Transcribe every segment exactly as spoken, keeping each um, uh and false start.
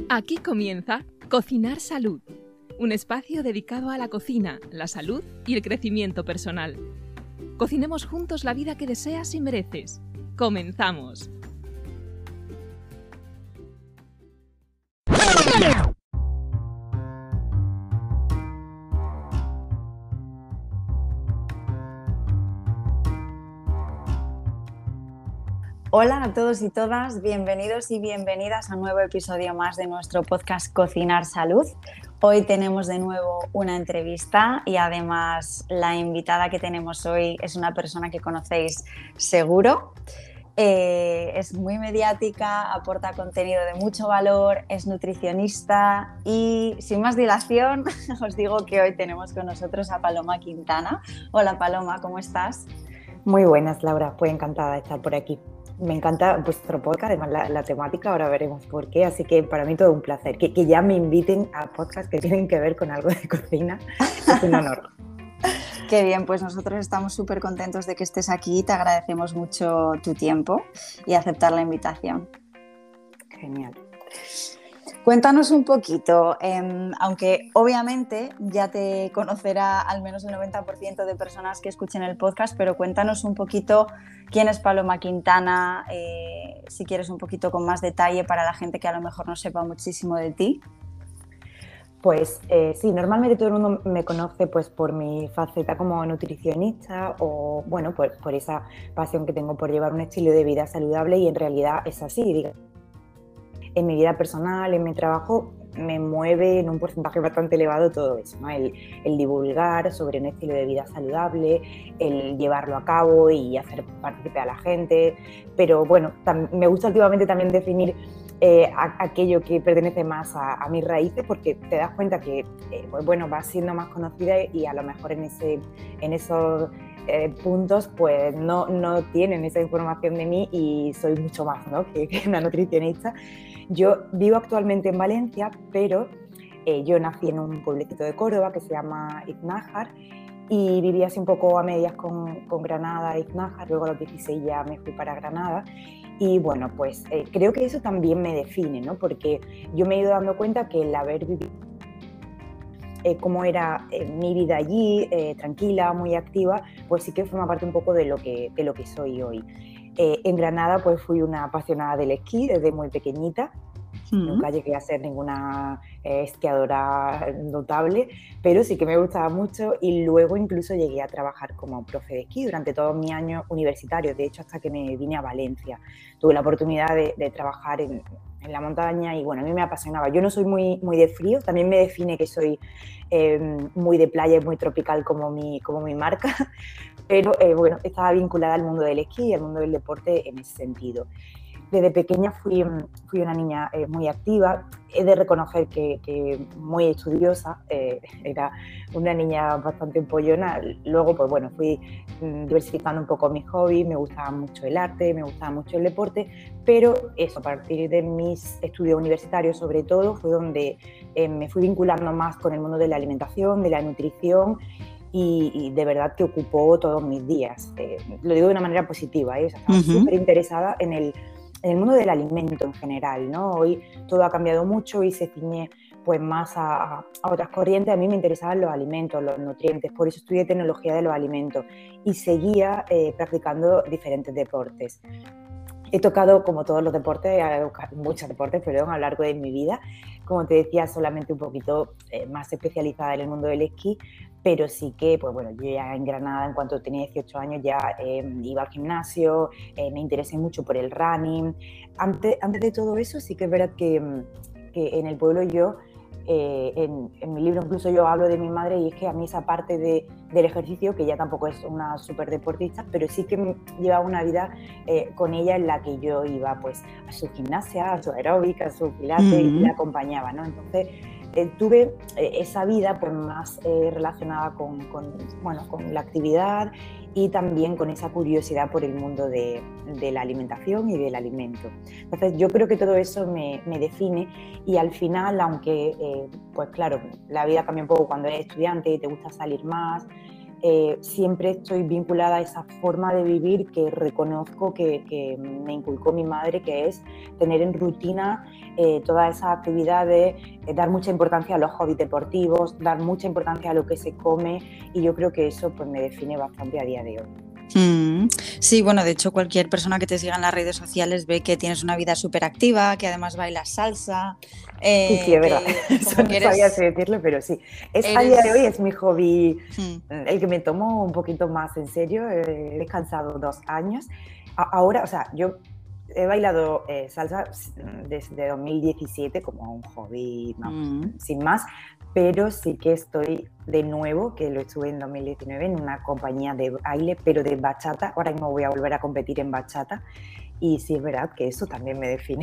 Aquí comienza Cocinar Salud, un espacio dedicado a la cocina, la salud y el crecimiento personal. Cocinemos juntos la vida que deseas y mereces. ¡Comenzamos! Hola a todos y todas, bienvenidos y bienvenidas a un nuevo episodio más de nuestro podcast Cocinar Salud. Hoy tenemos de nuevo una entrevista y además la invitada que tenemos hoy es una persona que conocéis seguro. Eh, es muy mediática, aporta contenido de mucho valor, es nutricionista y sin más dilación os digo que hoy tenemos con nosotros a Paloma Quintana. Hola Paloma, ¿cómo estás? Muy buenas, Laura, pues encantada de estar por aquí. Me encanta vuestro podcast, además la, la temática, ahora veremos por qué, así que para mí todo un placer. Que, que ya me inviten a podcasts que tienen que ver con algo de cocina es un honor. Qué bien, pues nosotros estamos súper contentos de que estés aquí, te agradecemos mucho tu tiempo y aceptar la invitación. Genial. Cuéntanos un poquito, eh, aunque obviamente ya te conocerá al menos el noventa por ciento de personas que escuchen el podcast, pero cuéntanos un poquito quién es Paloma Quintana, eh, si quieres un poquito con más detalle para la gente que a lo mejor no sepa muchísimo de ti. Pues eh, sí, normalmente todo el mundo me conoce pues, por mi faceta como nutricionista o bueno, por, por esa pasión que tengo por llevar un estilo de vida saludable y en realidad es así, digamos. En mi vida personal, en mi trabajo, me mueve en un porcentaje bastante elevado todo eso, ¿no? El, el divulgar sobre un estilo de vida saludable, el llevarlo a cabo y hacer partícipe a la gente. Pero bueno, tam- me gusta últimamente también definir eh, a, aquello que pertenece más a, a mis raíces, porque te das cuenta que eh, pues bueno, vas siendo más conocida y a lo mejor en, ese, en esos eh, puntos pues no, no tienen esa información de mí y soy mucho más, ¿no? que, que una nutricionista. Yo vivo actualmente en Valencia, pero eh, yo nací en un pueblecito de Córdoba que se llama Iznájar y viví así un poco a medias con, con Granada e Iznájar. Luego a los dieciséis ya me fui para Granada y bueno, pues eh, creo que eso también me define, ¿no? Porque yo me he ido dando cuenta que el haber vivido eh, cómo era eh, mi vida allí, eh, tranquila, muy activa, pues sí que forma parte un poco de lo que, de lo que soy hoy. Eh, en Granada pues fui una apasionada del esquí desde muy pequeñita. Mm. Nunca llegué a ser ninguna eh, esquiadora notable, pero sí que me gustaba mucho y luego incluso llegué a trabajar como profe de esquí durante todos mis años universitarios, de hecho hasta que me vine a Valencia. Tuve la oportunidad de, de trabajar en, en la montaña y bueno, a mí me apasionaba. Yo no soy muy, muy de frío, también me define que soy eh, muy de playa y muy tropical como mi, como mi marca, pero eh, bueno, estaba vinculada al mundo del esquí y al mundo del deporte en ese sentido. Desde pequeña fui, fui una niña eh, muy activa, he de reconocer que, que muy estudiosa, eh, era una niña bastante empollona. Luego pues bueno, fui mm, diversificando un poco mis hobbies, me gustaba mucho el arte, me gustaba mucho el deporte, pero eso, a partir de mis estudios universitarios sobre todo, fue donde eh, me fui vinculando más con el mundo de la alimentación, de la nutrición, Y, y de verdad que ocupó todos mis días. Eh, lo digo de una manera positiva, ¿eh? O sea, estaba uh-huh. súper interesada en el, en el mundo del alimento en general, ¿no? Hoy todo ha cambiado mucho y se ciñe pues, más a, a otras corrientes. A mí me interesaban los alimentos, los nutrientes, por eso estudié tecnología de los alimentos y seguía eh, practicando diferentes deportes. He tocado, como todos los deportes, muchos deportes, perdón, a lo largo de mi vida. Como te decía, solamente un poquito eh, más especializada en el mundo del esquí, pero sí que, pues bueno, yo ya en Granada, en cuanto tenía dieciocho años, ya eh, iba al gimnasio, eh, me interesé mucho por el running. Antes, antes de todo eso, sí que es verdad que, que en el pueblo yo, eh, en, en mi libro incluso yo hablo de mi madre y es que a mí esa parte de, del ejercicio, que ya tampoco es una súper deportista, pero sí que llevaba una vida eh, con ella en la que yo iba pues a su gimnasia, a su aeróbica, a su pilates mm-hmm. y la acompañaba, ¿no? Entonces eh, tuve eh, esa vida pues más eh, relacionada con, con, bueno, con la actividad y también con esa curiosidad por el mundo de, de la alimentación y del alimento. Entonces yo creo que todo eso me, me define y al final, aunque eh, pues claro, la vida cambia un poco cuando eres estudiante y te gusta salir más, eh, siempre estoy vinculada a esa forma de vivir que reconozco que, que me inculcó mi madre, que es tener en rutina eh, todas esas actividades, eh, dar mucha importancia a los hobbies deportivos, dar mucha importancia a lo que se come, y yo creo que eso pues me define bastante a día de hoy. Mm, sí, bueno, de hecho cualquier persona que te siga en las redes sociales ve que tienes una vida súper activa, que además bailas salsa. Eh, sí, sí, es verdad. Que, Eso no que eres, sabía si decirlo, pero sí. Es, eres... A día de hoy es mi hobby, mm. el que me tomo un poquito más en serio. He descansado dos años. A- ahora, o sea, yo he bailado eh, salsa desde dos mil diecisiete como un hobby, no, Mm. sin más, pero sí que estoy de nuevo, que lo estuve en dos mil diecinueve, en una compañía de baile, pero de bachata. Ahora mismo voy a volver a competir en bachata, y sí es verdad que eso también me define.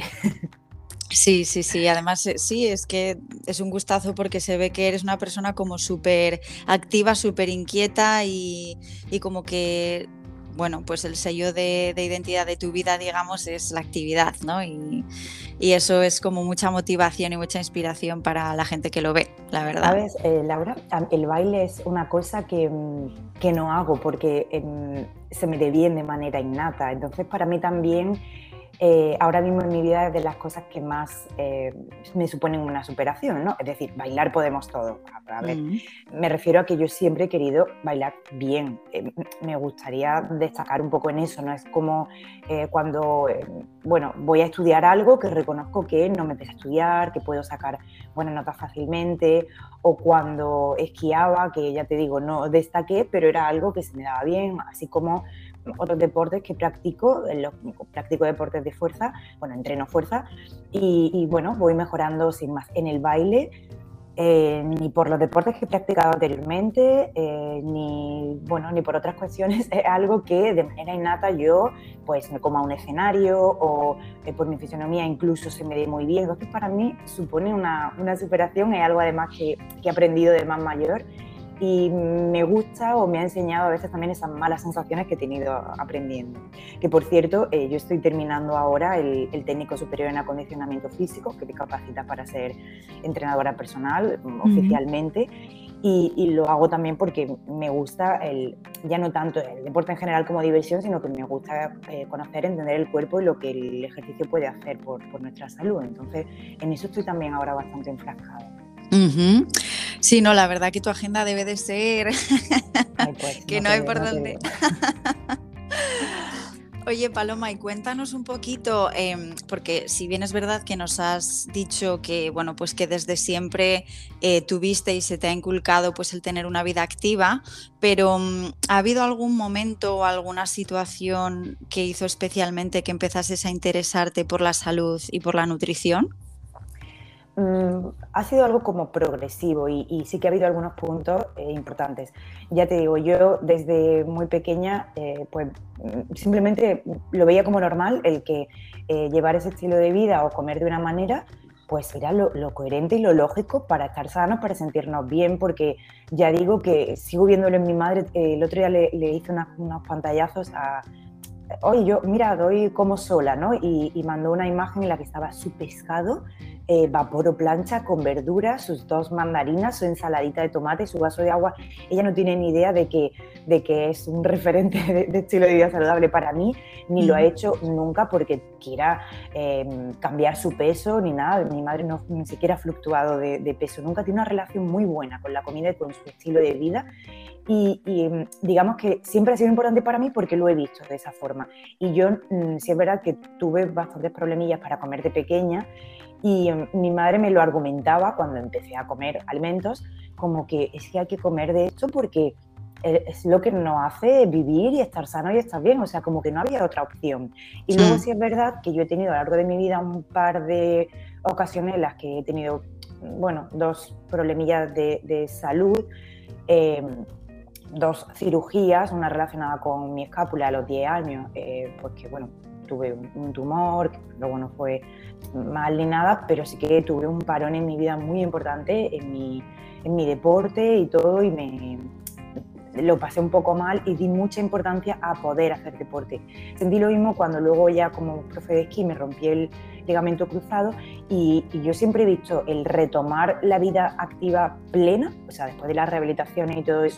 Sí, sí, sí. Además, sí, es que es un gustazo porque se ve que eres una persona como súper activa, súper inquieta y, y como que, bueno, pues el sello de, de identidad de tu vida, digamos, es la actividad, ¿no? Y, y eso es como mucha motivación y mucha inspiración para la gente que lo ve, la verdad. ¿Sabes, eh, Laura? El baile es una cosa que, que no hago porque eh, se me deviene de manera innata. Entonces, para mí también, eh, ahora mismo en mi vida es de las cosas que más eh, me suponen una superación, ¿no? Es decir, bailar podemos todo. A ver, mm. me refiero a que yo siempre he querido bailar bien. Eh, me gustaría destacar un poco en eso, ¿no? Es como eh, cuando, eh, bueno, voy a estudiar algo que reconozco que no me pesa estudiar, que puedo sacar buenas notas fácilmente, o cuando esquiaba, que ya te digo, no destaqué, pero era algo que se me daba bien, así como otros deportes que practico, los, practico deportes de fuerza, bueno, entreno fuerza, y, y bueno, voy mejorando sin más. En el baile, eh, ni por los deportes que he practicado anteriormente, eh, ni, bueno, ni por otras cuestiones, es algo que de manera innata yo pues me como a un escenario, o eh, por mi fisonomía incluso se me ve muy bien. Entonces para mí supone una, una superación, es algo además que, que he aprendido de más mayor, y me gusta, o me ha enseñado a veces también esas malas sensaciones que he tenido aprendiendo. Que por cierto, eh, yo estoy terminando ahora el, el técnico superior en acondicionamiento físico, que te capacita para ser entrenadora personal uh-huh. oficialmente, y, y lo hago también porque me gusta, el, ya no tanto el deporte en general como diversión, sino que me gusta eh, conocer, entender el cuerpo y lo que el ejercicio puede hacer por, por nuestra salud. Entonces, en eso estoy también ahora bastante enfrascada. Uh-huh. Sí, no, la verdad que tu agenda debe de ser Ay, pues, que no, no hay te, por no dónde. Oye, Paloma, y cuéntanos un poquito, eh, porque si bien es verdad que nos has dicho que, bueno, pues que desde siempre eh, tuviste y se te ha inculcado pues el tener una vida activa, pero um, ¿ha habido algún momento o alguna situación que hizo especialmente que empezases a interesarte por la salud y por la nutrición? Mm, ha sido algo como progresivo, y, y sí que ha habido algunos puntos eh, importantes. Ya te digo, yo desde muy pequeña eh, pues simplemente lo veía como normal el que eh, llevar ese estilo de vida o comer de una manera pues era lo, lo coherente y lo lógico para estar sanos, para sentirnos bien, porque ya digo que sigo viéndolo en mi madre. Eh, el otro día le, le hice unas, unos pantallazos a... Oye, yo, mira, doy como sola, ¿no? Y, y mandó una imagen en la que estaba su pescado, eh, vapor o plancha, con verduras, sus dos mandarinas, su ensaladita de tomate, su vaso de agua. Ella no tiene ni idea de que, de que es un referente de, de estilo de vida saludable para mí, ni mm. lo ha hecho nunca porque quiera eh, cambiar su peso, ni nada. Mi madre no, ni siquiera ha fluctuado de, de peso, nunca. Tiene una relación muy buena con la comida y con su estilo de vida. Y, y digamos que siempre ha sido importante para mí porque lo he visto de esa forma. Y yo mm, sí es verdad que tuve bastantes problemillas para comer de pequeña, y mm, mi madre me lo argumentaba cuando empecé a comer alimentos, como que es que hay que comer de esto porque es lo que nos hace vivir y estar sano y estar bien, o sea, como que no había otra opción. Y sí. Luego sí es verdad que yo he tenido a lo largo de mi vida un par de ocasiones en las que he tenido, bueno, dos problemillas de, de salud, eh, dos cirugías, una relacionada con mi escápula a los diez años, eh, porque bueno, tuve un, un tumor, que luego no fue mal ni nada, pero sí que tuve un parón en mi vida muy importante, en mi, en mi deporte y todo, y me lo pasé un poco mal y di mucha importancia a poder hacer deporte. Sentí lo mismo cuando luego ya como profe de esquí me rompí el ligamento cruzado, y, y yo siempre he visto el retomar la vida activa plena, o sea, después de las rehabilitaciones y todo eso,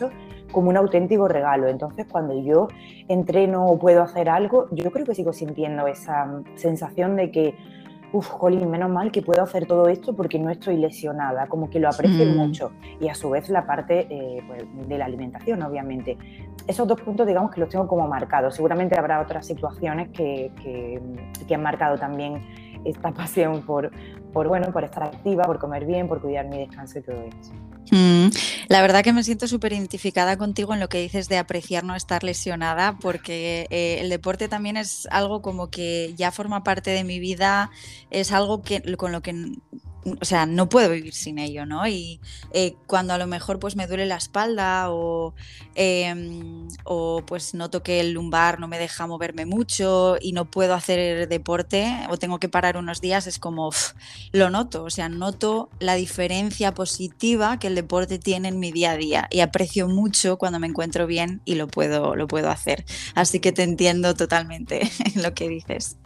como un auténtico regalo. Entonces, cuando yo entreno o puedo hacer algo, yo creo que sigo sintiendo esa sensación de que uf, jolín, menos mal que puedo hacer todo esto porque no estoy lesionada, como que lo aprecio mm. mucho. Y a su vez la parte eh, pues, de la alimentación, obviamente. Esos dos puntos, digamos que los tengo como marcados. Seguramente habrá otras situaciones que, que, que han marcado también esta pasión por, por, bueno, por estar activa, por comer bien, por cuidar mi descanso y todo eso. Mm, la verdad que me siento súper identificada contigo en lo que dices de apreciar no estar lesionada, porque eh, el deporte también es algo como que ya forma parte de mi vida, es algo que, con lo que... O sea, no puedo vivir sin ello, ¿no? Y eh, cuando a lo mejor pues me duele la espalda o, eh, o pues noto que el lumbar no me deja moverme mucho y no puedo hacer deporte o tengo que parar unos días, es como, uff, lo noto, o sea, noto la diferencia positiva que el deporte tiene en mi día a día y aprecio mucho cuando me encuentro bien y lo puedo, lo puedo hacer. Así que te entiendo totalmente en lo que dices.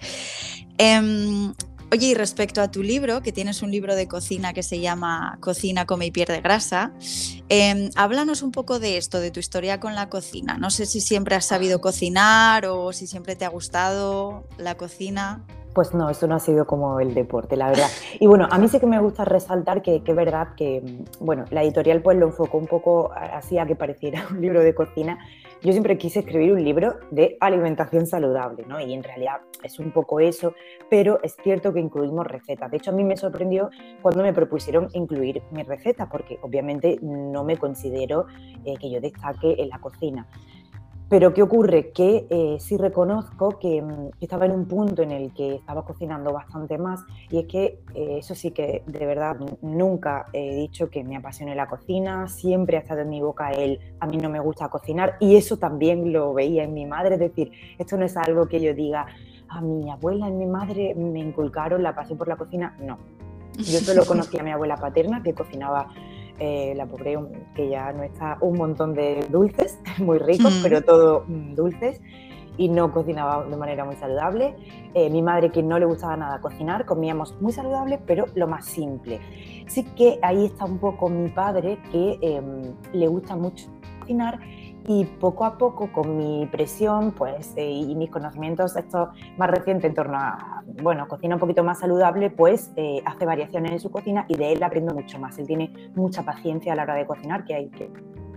Eh, Oye, y respecto a tu libro, que tienes un libro de cocina que se llama Cocina, come y pierde grasa, eh, háblanos un poco de esto, de tu historia con la cocina. No sé si siempre has sabido cocinar o si siempre te ha gustado la cocina. Pues no, eso no ha sido como el deporte, la verdad. Y bueno, a mí sí que me gusta resaltar que es verdad que, bueno, la editorial pues lo enfocó un poco así a que pareciera un libro de cocina. Yo siempre quise escribir un libro de alimentación saludable, ¿no? Y en realidad es un poco eso, pero es cierto que incluimos recetas. De hecho, a mí me sorprendió cuando me propusieron incluir mis recetas, porque obviamente no me considero eh, que yo destaque en la cocina. Pero ¿qué ocurre? Que eh, sí reconozco que, que estaba en un punto en el que estaba cocinando bastante más y es que eh, eso sí que de verdad nunca he dicho que me apasione la cocina, siempre ha estado en mi boca el a mí no me gusta cocinar y eso también lo veía en mi madre, es decir, esto no es algo que yo diga a mi abuela y mi madre me inculcaron la pasión por la cocina, no. Yo solo conocí a mi abuela paterna que cocinaba Eh, la pobre que ya no está, un montón de dulces muy ricos, mm. pero todo mm, dulces y no cocinaba de manera muy saludable. Eh, mi madre que no le gustaba nada cocinar, comíamos muy saludable, pero lo más simple. Sí que ahí está un poco mi padre que eh, le gusta mucho cocinar y poco a poco con mi presión pues, eh, y mis conocimientos estos más recientes en torno a, bueno, cocina un poquito más saludable, pues eh, hace variaciones en su cocina y de él aprendo mucho más. Él tiene mucha paciencia a la hora de cocinar, que hay que...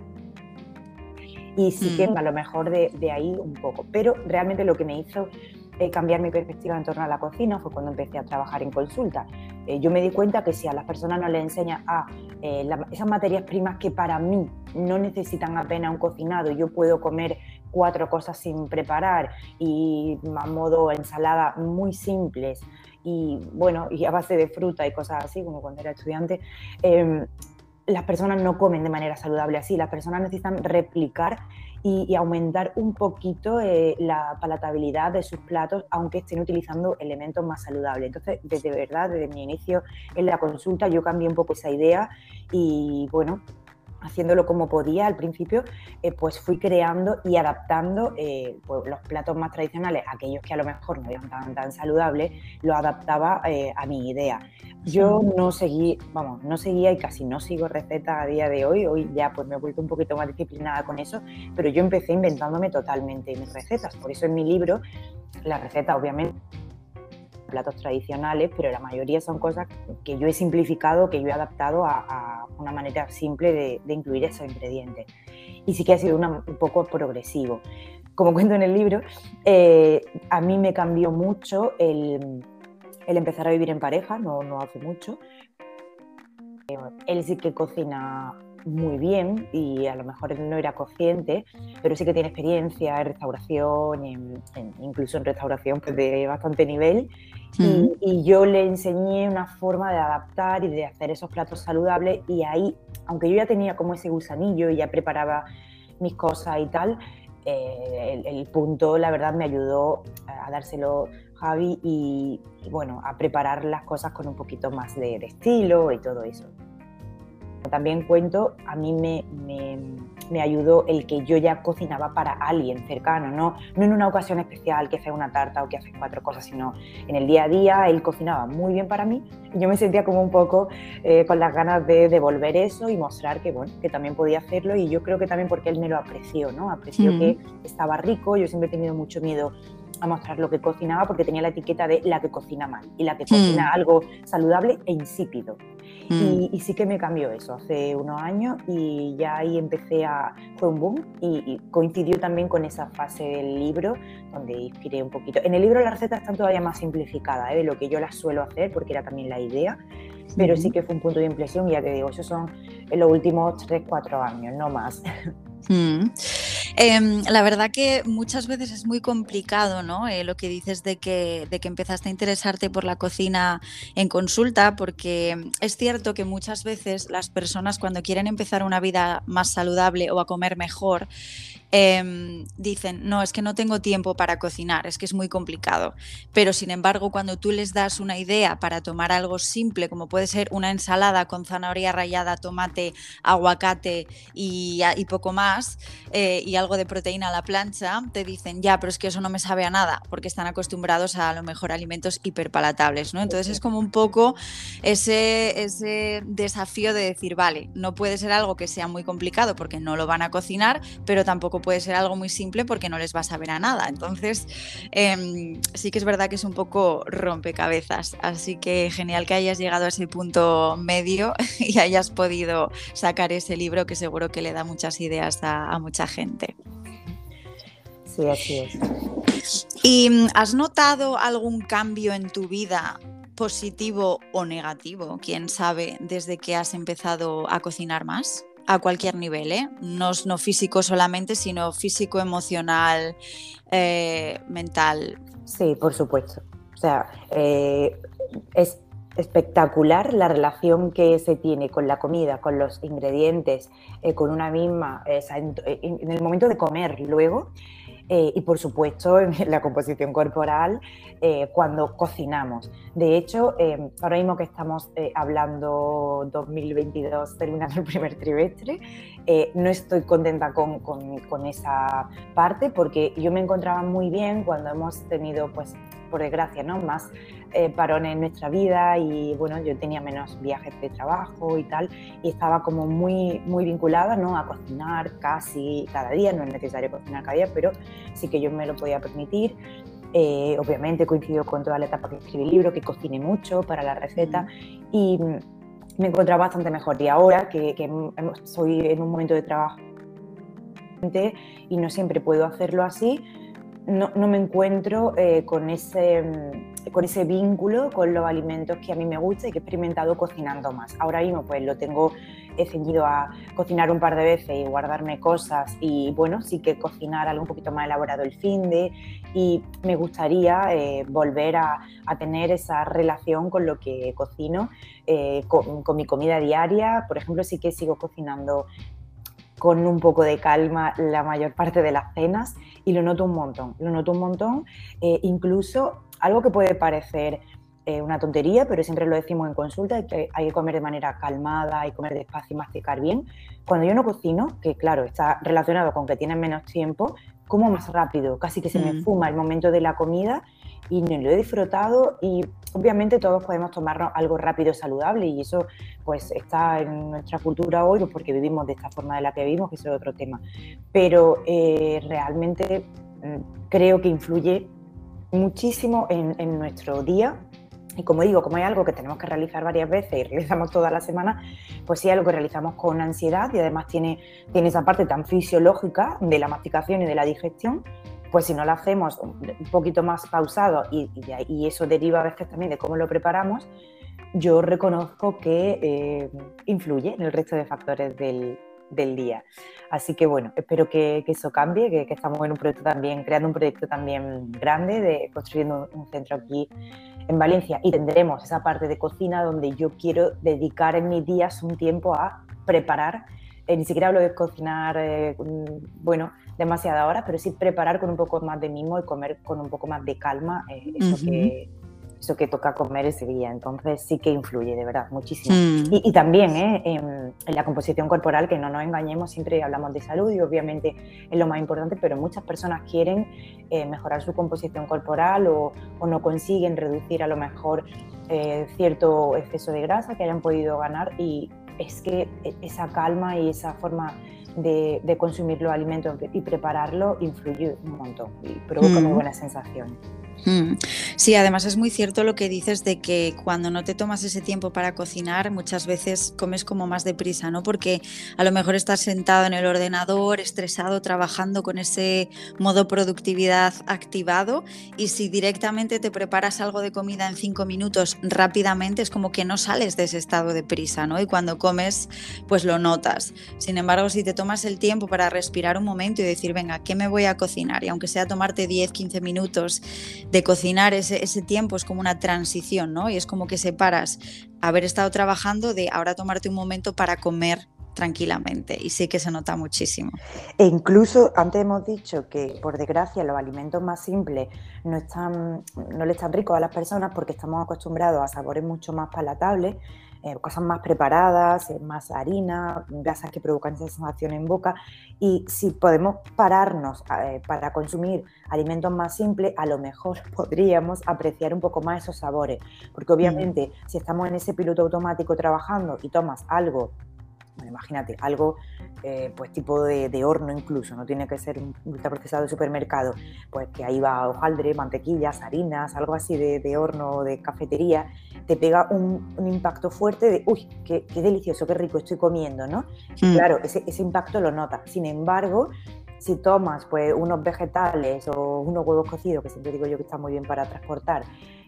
Y sí que mm. a lo mejor de, de ahí un poco, pero realmente lo que me hizo eh, cambiar mi perspectiva en torno a la cocina fue cuando empecé a trabajar en consulta. Eh, yo me di cuenta que si a las personas no les enseñan a eh, la, esas materias primas que para mí no necesitan apenas un cocinado, yo puedo comer cuatro cosas sin preparar y a modo ensalada muy simples y bueno, y a base de fruta y cosas así, como cuando era estudiante, eh, las personas no comen de manera saludable así, las personas necesitan replicar y, y aumentar un poquito eh, la palatabilidad de sus platos, aunque estén utilizando elementos más saludables. Entonces, desde verdad, desde mi inicio en la consulta, yo cambié un poco esa idea y, bueno, haciéndolo como podía al principio, eh, pues fui creando y adaptando eh, pues los platos más tradicionales, aquellos que a lo mejor no eran tan, tan saludables, lo adaptaba eh, a mi idea. Yo no seguí, vamos, no seguía y casi no sigo recetas a día de hoy, hoy ya pues me he vuelto un poquito más disciplinada con eso, pero yo empecé inventándome totalmente mis recetas, por eso en mi libro, la receta obviamente platos tradicionales, pero la mayoría son cosas que yo he simplificado, que yo he adaptado a, a una manera simple de, de incluir esos ingredientes. Y sí que ha sido una, un poco progresivo. Como cuento en el libro, eh, a mí me cambió mucho el, el empezar a vivir en pareja, no, no hace mucho. Eh, él sí que cocina muy bien y a lo mejor él no era consciente, pero sí que tiene experiencia en restauración, en, en, incluso en restauración pues de bastante nivel. Uh-huh. y, y yo le enseñé una forma de adaptar y de hacer esos platos saludables y ahí, aunque yo ya tenía como ese gusanillo y ya preparaba mis cosas y tal, eh, el, el punto la verdad me ayudó a dárselo Javi y, y bueno, a preparar las cosas con un poquito más de, de estilo y todo eso. también cuento, a mí me, me, me ayudó el que yo ya cocinaba para alguien cercano, ¿no? No en una ocasión especial que haces una tarta o que haces cuatro cosas, sino en el día a día. Él cocinaba muy bien para mí y yo me sentía como un poco eh, con las ganas de devolver eso y mostrar que, bueno, que también podía hacerlo, y yo creo que también porque él me lo apreció, ¿no? Apreció mm. que estaba rico. Yo siempre he tenido mucho miedo a mostrar lo que cocinaba porque tenía la etiqueta de la que cocina mal y la que cocina mm. algo saludable e insípido. Mm. Y, y sí que me cambió eso hace unos años y ya ahí empecé a... fue un boom y, y coincidió también con esa fase del libro donde inspiré un poquito. En el libro las recetas están todavía más simplificadas, ¿eh? De lo que yo las suelo hacer, porque era también la idea, pero mm. sí que fue un punto de inflexión y ya te digo, esos son en los últimos tres cuatro años, no más. Mm. Eh, la verdad que muchas veces es muy complicado, ¿no? Eh, lo que dices de que, de que empezaste a interesarte por la cocina en consulta, porque es cierto que muchas veces las personas cuando quieren empezar una vida más saludable o a comer mejor, Eh, dicen, no, es que no tengo tiempo para cocinar, es que es muy complicado. Pero sin embargo, cuando tú les das una idea para tomar algo simple, como puede ser una ensalada con zanahoria rallada, tomate, aguacate y, y poco más, eh, y algo de proteína a la plancha, te dicen, ya, pero es que eso no me sabe a nada, porque están acostumbrados a, a lo mejor alimentos hiperpalatables, ¿no? Entonces es como un poco ese, ese desafío de decir, vale, no puede ser algo que sea muy complicado porque no lo van a cocinar, pero tampoco puede ser algo muy simple porque no les va a saber a nada. Entonces, eh, sí que es verdad que es un poco rompecabezas. Así que genial que hayas llegado a ese punto medio y hayas podido sacar ese libro que seguro que le da muchas ideas a, a mucha gente. Sí, así es. ¿Y has notado algún cambio en tu vida, positivo o negativo, quién sabe, desde que has empezado a cocinar más? A cualquier nivel, ¿eh? No, no físico solamente, sino físico, emocional, eh, mental. Sí, por supuesto. O sea, eh, es espectacular la relación que se tiene con la comida, con los ingredientes, eh, con una misma, eh, en, en el momento de comer luego. Eh, y por supuesto en la composición corporal eh, cuando cocinamos. De hecho, eh, ahora mismo que estamos eh, hablando dos mil veintidós, terminando el primer trimestre, eh, no estoy contenta con, con, con esa parte porque yo me encontraba muy bien cuando hemos tenido, pues, por desgracia, ¿no? más eh, parones en nuestra vida y bueno, yo tenía menos viajes de trabajo y tal, y estaba como muy, muy vinculada, ¿no? a cocinar casi cada día. No es necesario cocinar cada día, pero sí que yo me lo podía permitir. Eh, obviamente coincidió con toda la etapa que escribí el libro, que cociné mucho para la receta mm. y me encontraba bastante mejor. Y ahora que, que soy en un momento de trabajo y no siempre puedo hacerlo así, No, no me encuentro eh, con, ese, con ese vínculo con los alimentos que a mí me gusta y que he experimentado cocinando más. Ahora mismo pues lo tengo he ceñido a cocinar un par de veces y guardarme cosas y bueno, sí que cocinar algo un poquito más elaborado el finde, y me gustaría eh, volver a, a tener esa relación con lo que cocino, eh, con, con mi comida diaria. Por ejemplo, sí que sigo cocinando con un poco de calma la mayor parte de las cenas y lo noto un montón, lo noto un montón, eh, incluso algo que puede parecer eh, una tontería, pero siempre lo decimos en consulta, que hay que comer de manera calmada, hay que comer despacio y masticar bien. Cuando yo no cocino, que claro, está relacionado con que tienes menos tiempo, como más rápido, casi que se me fuma el momento de la comida y me lo he disfrutado. Y obviamente todos podemos tomarnos algo rápido y saludable, y eso pues está en nuestra cultura hoy, pues porque vivimos de esta forma de la que vivimos, que es otro tema, pero eh, realmente creo que influye muchísimo en, en nuestro día. Y como digo, como es algo que tenemos que realizar varias veces y realizamos toda la semana, pues sí es algo que realizamos con ansiedad, y además tiene, tiene esa parte tan fisiológica de la masticación y de la digestión. Pues si no lo hacemos un poquito más pausado, y, y, y eso deriva a veces también de cómo lo preparamos, yo reconozco que eh, influye en el resto de factores del, del día. Así que bueno, espero que, que eso cambie, que, que estamos en un proyecto también, creando un proyecto también grande, de construyendo un, un centro aquí en Valencia, y tendremos esa parte de cocina donde yo quiero dedicar en mis días un tiempo a preparar. Eh, ni siquiera hablo de cocinar, eh, bueno, demasiadas horas, pero sí preparar con un poco más de mimo y comer con un poco más de calma, eh, eso uh-huh. que eso que toca comer ese día. Entonces sí que influye, de verdad, muchísimo. Mm. Y, y también ¿eh? en, en la composición corporal, que no nos engañemos, siempre hablamos de salud y obviamente es lo más importante, pero muchas personas quieren eh, mejorar su composición corporal o, o no consiguen reducir a lo mejor eh, cierto exceso de grasa que hayan podido ganar, y es que esa calma y esa forma de, de consumir los alimentos y prepararlo influye un montón y provoca mm. muy buenas sensaciones. Mm. Sí, además es muy cierto lo que dices de que cuando no te tomas ese tiempo para cocinar, muchas veces comes como más deprisa, ¿no? Porque a lo mejor estás sentado en el ordenador, estresado, trabajando con ese modo productividad activado, y si directamente te preparas algo de comida en cinco minutos rápidamente, es como que no sales de ese estado de prisa, ¿no? Y cuando comes, pues lo notas. Sin embargo, si te tomas el tiempo para respirar un momento y decir, venga, ¿qué me voy a cocinar? Y aunque sea tomarte diez, quince minutos de cocinar, ese, ese tiempo es como una transición, ¿no? Y es como que separas haber estado trabajando de ahora tomarte un momento para comer tranquilamente, y sí que se nota muchísimo. E incluso antes hemos dicho que por desgracia los alimentos más simples no, están, no le están ricos a las personas porque estamos acostumbrados a sabores mucho más palatables, eh, cosas más preparadas, eh, más harina, grasas que provocan esa sensación en boca, y si podemos pararnos eh, para consumir alimentos más simples, a lo mejor podríamos apreciar un poco más esos sabores, porque obviamente mm. si estamos en ese piloto automático trabajando y tomas algo, bueno, imagínate, algo eh, pues tipo de, de horno incluso, no tiene que ser un ultraprocesado de supermercado, pues que ahí va hojaldre, mantequillas, harinas, algo así de, de horno o de cafetería, te pega un, un impacto fuerte de, uy, qué, qué delicioso, qué rico estoy comiendo, ¿no? Mm. Claro, ese, ese impacto lo notas. Sin embargo, si tomas pues unos vegetales o unos huevos cocidos, que siempre digo yo que está muy bien para transportar,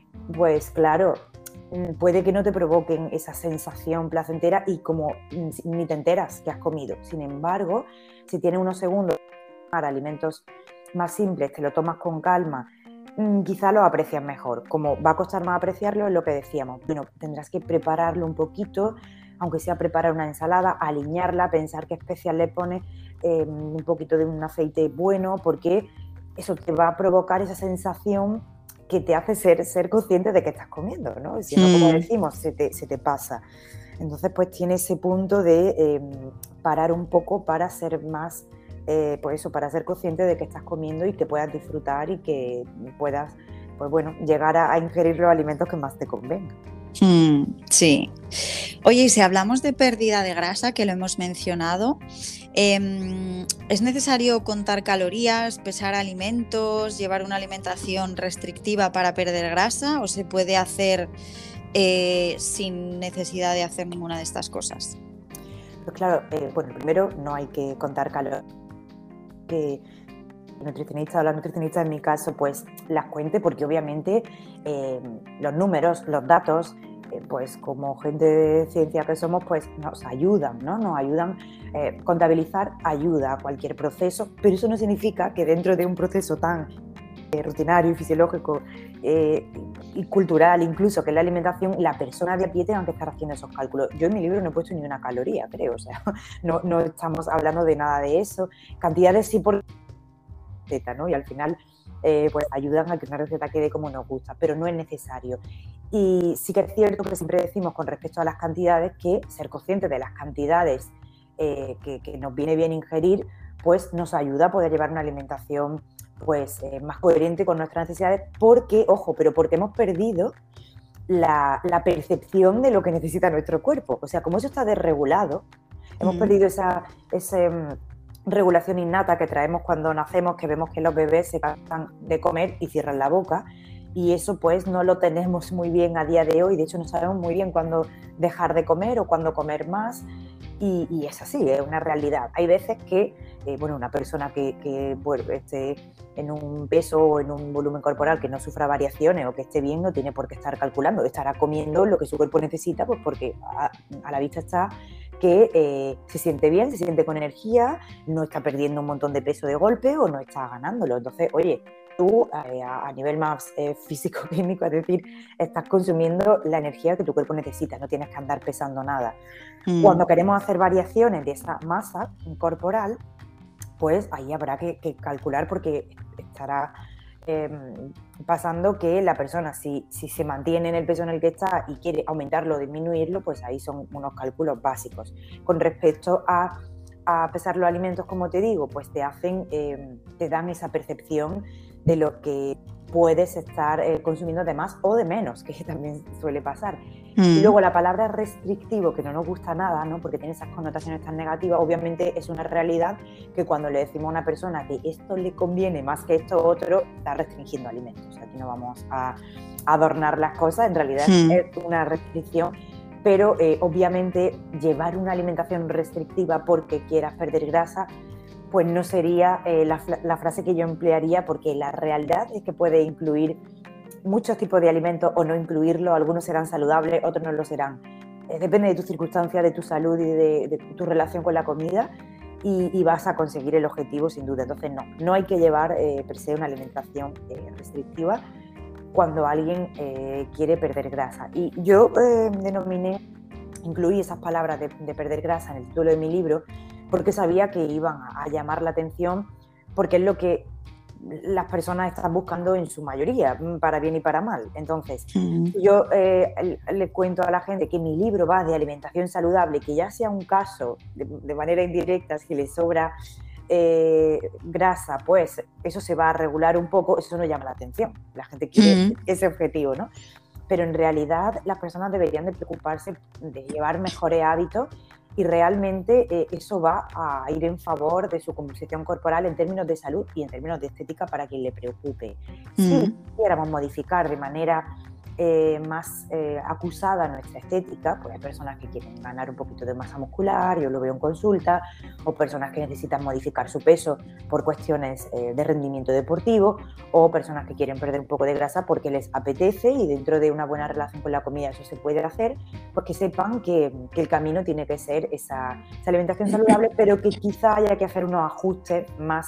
pues claro, puede que no te provoquen esa sensación placentera y como ni te enteras que has comido. Sin embargo, si tienes unos segundos para alimentos más simples, te lo tomas con calma, quizá lo aprecias mejor. Como va a costar más apreciarlo, es lo que decíamos. Bueno, tendrás que prepararlo un poquito, aunque sea preparar una ensalada, alinearla, pensar qué especias le pones, eh, un poquito de un aceite bueno, porque eso te va a provocar esa sensación que te hace ser, ser consciente de que estás comiendo, ¿no? Si no, como decimos, se te, se te pasa. Entonces, pues tiene ese punto de eh, parar un poco para ser más, eh, pues eso, para ser consciente de que estás comiendo y que puedas disfrutar y que puedas, pues bueno, llegar a, a ingerir los alimentos que más te convengan. Mm, sí. Oye, y si hablamos de pérdida de grasa, que lo hemos mencionado, eh, ¿es necesario contar calorías, pesar alimentos, llevar una alimentación restrictiva para perder grasa, o se puede hacer eh, sin necesidad de hacer ninguna de estas cosas? Pues claro, eh, bueno, primero no hay que contar calorías. Que el nutricionista o la nutricionista en mi caso pues las cuente, porque obviamente eh, los números, los datos, eh, pues como gente de ciencia que somos, pues nos ayudan, ¿no? Nos ayudan, eh, contabilizar ayuda a cualquier proceso, pero eso no significa que dentro de un proceso tan eh, rutinario y fisiológico eh, y cultural incluso, que es la alimentación, la persona de a pie tenga que estar haciendo esos cálculos. Yo en mi libro no he puesto ni una caloría, creo, o sea, no, no estamos hablando de nada de eso. Cantidades sí por receta, ¿no? Y al final eh, pues ayudan a que una receta quede como nos gusta, pero no es necesario. Y sí que es cierto que siempre decimos con respecto a las cantidades que ser conscientes de las cantidades eh, que, que nos viene bien ingerir, pues nos ayuda a poder llevar una alimentación pues eh, más coherente con nuestras necesidades, porque, ojo, pero porque hemos perdido la, la percepción de lo que necesita nuestro cuerpo. O sea, como eso está desregulado, hemos mm. perdido esa, esa regulación innata que traemos cuando nacemos, que vemos que los bebés se cansan de comer y cierran la boca, y eso pues no lo tenemos muy bien a día de hoy. De hecho no sabemos muy bien cuándo dejar de comer o cuándo comer más, y, y es así, es una realidad. Hay veces que eh, bueno, una persona que, que bueno, esté en un peso o en un volumen corporal que no sufra variaciones o que esté bien, no tiene por qué estar calculando, estará comiendo lo que su cuerpo necesita, pues porque a, a la vista está que eh, se siente bien, se siente con energía, no está perdiendo un montón de peso de golpe o no está ganándolo. Entonces, oye, tú eh, a nivel más eh, físico-químico, es decir, estás consumiendo la energía que tu cuerpo necesita, no tienes que andar pesando nada. Mm. Cuando queremos hacer variaciones de esa masa corporal, pues ahí habrá que, que calcular, porque estará eh, pasando que la persona, si, si se mantiene en el peso en el que está y quiere aumentarlo o disminuirlo, pues ahí son unos cálculos básicos. Con respecto a, a pesar los alimentos, como te digo, pues te hacen, eh, te dan esa percepción de lo que puedes estar eh, consumiendo de más o de menos, que también suele pasar. Mm. Y luego la palabra restrictivo, que no nos gusta nada, ¿no? Porque tiene esas connotaciones tan negativas, obviamente es una realidad que cuando le decimos a una persona que esto le conviene más que esto otro, está restringiendo alimentos. Aquí no vamos a adornar las cosas, en realidad mm. es una restricción, pero eh, obviamente llevar una alimentación restrictiva porque quieras perder grasa, pues no sería eh, la, la frase que yo emplearía, porque la realidad es que puede incluir muchos tipos de alimentos o no incluirlos, algunos serán saludables, otros no lo serán. Eh, depende de tus circunstancias, de tu salud y de, de tu relación con la comida y, y vas a conseguir el objetivo sin duda. Entonces no, no hay que llevar eh, per se una alimentación eh, restrictiva cuando alguien eh, quiere perder grasa. Y yo eh, denominé, incluí esas palabras de, de perder grasa en el título de mi libro, porque sabía que iban a llamar la atención, porque es lo que las personas están buscando en su mayoría, para bien y para mal. Entonces, mm. yo eh, le cuento a la gente que mi libro va de alimentación saludable, que ya sea un caso, de, de manera indirecta, si le sobra eh, grasa, pues eso se va a regular un poco, eso no llama la atención. La gente quiere mm. ese objetivo, ¿no? Pero en realidad las personas deberían de preocuparse de llevar mejores hábitos y realmente eh, eso va a ir en favor de su composición corporal en términos de salud y en términos de estética para quien le preocupe. Mm. Si quisiéramos modificar de manera eh, más eh, acusada nuestra estética, pues hay personas que quieren ganar un poquito de masa muscular, yo lo veo en consulta, o personas que necesitan modificar su peso por cuestiones eh, de rendimiento deportivo, o personas que quieren perder un poco de grasa porque les apetece y dentro de una buena relación con la comida eso se puede hacer, pues que sepan que, que el camino tiene que ser esa, esa alimentación saludable, pero que quizá haya que hacer unos ajustes más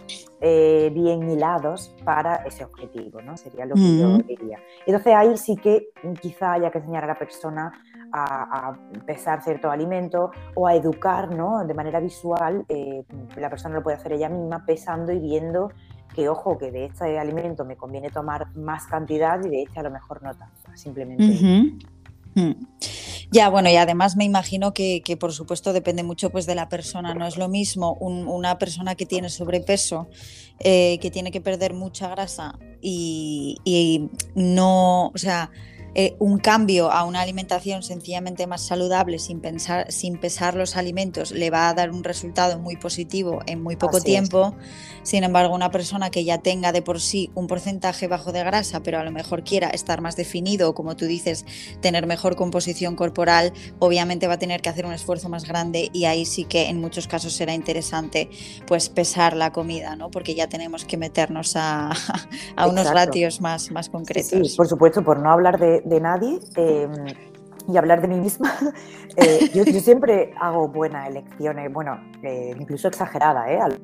Eh, bien hilados para ese objetivo, ¿no? Sería lo que mm. yo diría. Entonces ahí sí que quizá haya que enseñar a la persona a, a pesar ciertos alimentos o a educar, ¿no? De manera visual, eh, la persona lo puede hacer ella misma pesando y viendo que, ojo, que de este alimento me conviene tomar más cantidad y de este a lo mejor no tanto, simplemente. Uh-huh. Mm. Ya, bueno, y además me imagino que, que por supuesto depende mucho pues de la persona. No es lo mismo un, una persona que tiene sobrepeso, eh, que tiene que perder mucha grasa y, y no, o sea, eh, un cambio a una alimentación sencillamente más saludable sin pensar, sin pesar los alimentos le va a dar un resultado muy positivo en muy poco Así tiempo. Es. Sin embargo, una persona que ya tenga de por sí un porcentaje bajo de grasa, pero a lo mejor quiera estar más definido o, como tú dices, tener mejor composición corporal, obviamente va a tener que hacer un esfuerzo más grande y ahí sí que en muchos casos será interesante pues pesar la comida, ¿no? Porque ya tenemos que meternos a, a unos Exacto. ratios más, más concretos. Sí, sí, por supuesto, por no hablar de, de nadie eh, y hablar de mí misma, eh, yo, yo siempre hago buenas elecciones, bueno, eh, incluso exageradas, ¿eh? Al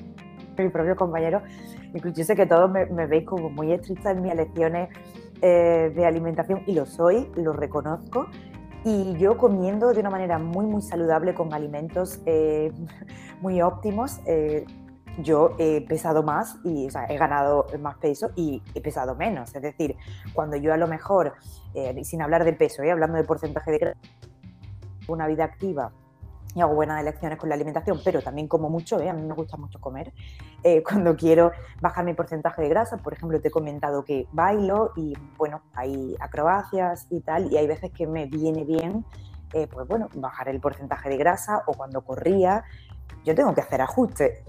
mi propio compañero, incluso yo sé que todos me, me veis como muy estricta en mis elecciones eh, de alimentación y lo soy, lo reconozco, y yo comiendo de una manera muy muy saludable con alimentos eh, muy óptimos, eh, yo he pesado más y o sea, he ganado más peso y he pesado menos, es decir, cuando yo a lo mejor, eh, sin hablar de peso, eh, hablando de porcentaje de grasa, una vida activa y hago buenas elecciones con la alimentación, pero también como mucho, ¿eh? A mí me gusta mucho comer. Eh, cuando quiero bajar mi porcentaje de grasa, por ejemplo, te he comentado que bailo y, bueno, hay acrobacias y tal, y hay veces que me viene bien, eh, pues bueno, bajar el porcentaje de grasa, o cuando corría, yo tengo que hacer ajustes.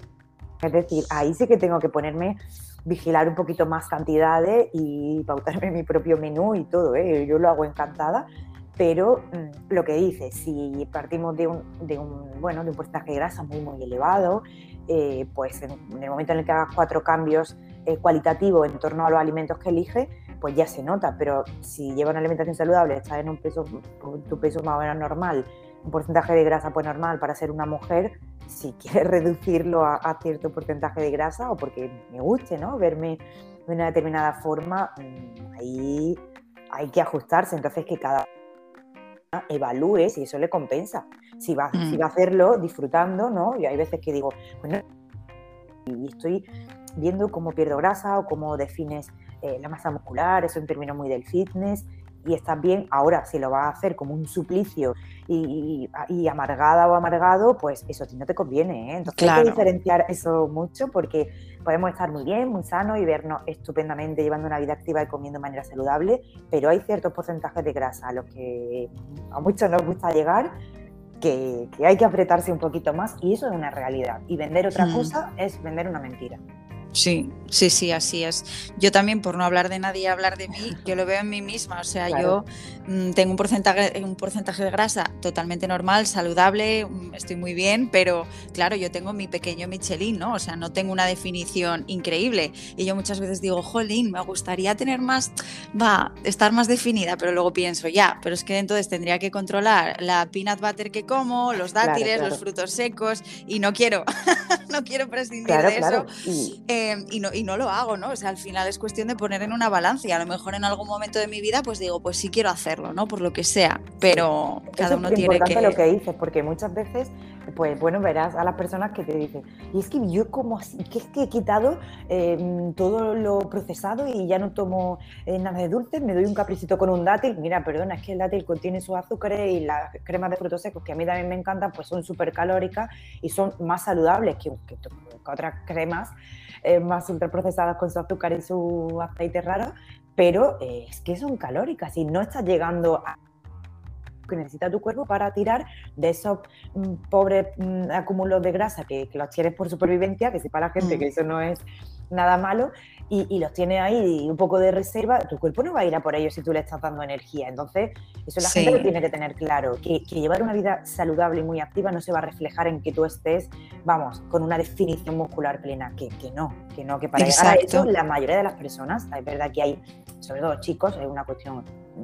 Es decir, ahí sí que tengo que ponerme, vigilar un poquito más cantidades y pautarme mi propio menú y todo, ¿eh? Yo lo hago encantada. Pero mmm, lo que dices, si partimos de un, de un, bueno, de un porcentaje de grasa muy, muy elevado, eh, pues en, en el momento en el que hagas cuatro cambios eh, cualitativos en torno a los alimentos que eliges, pues ya se nota. Pero si llevas una alimentación saludable, estás en un peso, tu peso más o menos normal, un porcentaje de grasa pues normal para ser una mujer, si quieres reducirlo a, a cierto porcentaje de grasa o porque me guste, ¿no? Verme de una determinada forma, mmm, ahí hay que ajustarse. Entonces que cada evalúe si eso le compensa, si va, mm. si va a hacerlo disfrutando, ¿no? Y hay veces que digo, bueno, y estoy viendo cómo pierdo grasa o cómo defines eh, la masa muscular, eso es un término muy del fitness, y estás bien. Ahora, si lo vas a hacer como un suplicio y, y, y amargada o amargado, pues eso a ti no te conviene, ¿eh? Entonces claro, hay que diferenciar eso mucho, porque podemos estar muy bien, muy sanos y vernos estupendamente llevando una vida activa y comiendo de manera saludable, pero hay ciertos porcentajes de grasa a los que a muchos nos gusta llegar, que, que hay que apretarse un poquito más, y eso es una realidad. Y vender otra mm. cosa es vender una mentira. Sí, sí, sí, así es. Yo también, por no hablar de nadie y hablar de mí, yo lo veo en mí misma. O sea, claro. yo mmm, tengo un porcentaje, un porcentaje de grasa totalmente normal, saludable, estoy muy bien, pero claro, yo tengo mi pequeño Michelin, ¿no? O sea, no tengo una definición increíble. Y yo muchas veces digo, jolín, me gustaría tener más, va, estar más definida, pero luego pienso, ya, pero es que entonces tendría que controlar la peanut butter que como, los dátiles, claro, claro. los frutos secos, y no quiero, no quiero prescindir claro, de claro. eso. Y... Eh, y, no, y no lo hago, ¿no? O sea, al final es cuestión de poner en una balanza, y a lo mejor en algún momento de mi vida pues digo, pues sí quiero hacerlo, ¿no? Por lo que sea, pero sí. cada Eso uno es tiene importante que... lo que dices, porque muchas veces, pues bueno, verás a las personas que te dicen, y es que yo como así, que es que he quitado eh, todo lo procesado y ya no tomo eh, nada de dulces, me doy un capricito con un dátil. Mira, perdona, es que el dátil contiene sus azúcares, y las cremas de frutos secos, que a mí también me encantan, pues son súper calóricas y son más saludables que, que, que otras cremas eh, más ultraprocesadas con su azúcar y su aceite raro, pero eh, es que son calóricas y no estás llegando a que necesita tu cuerpo para tirar de esos mm, pobres mm, acúmulos de grasa que, que los tienes por supervivencia, que sepa la gente mm. que eso no es nada malo, y, y los tienes ahí y un poco de reserva. Tu cuerpo no va a ir a por ellos si tú le estás dando energía. Entonces eso la sí. gente lo tiene que tener claro, que, que llevar una vida saludable y muy activa no se va a reflejar en que tú estés, vamos, con una definición muscular plena, que, que no, que no, que para Exacto. llegar a eso la mayoría de las personas, es verdad que hay, sobre todo chicos, es una cuestión,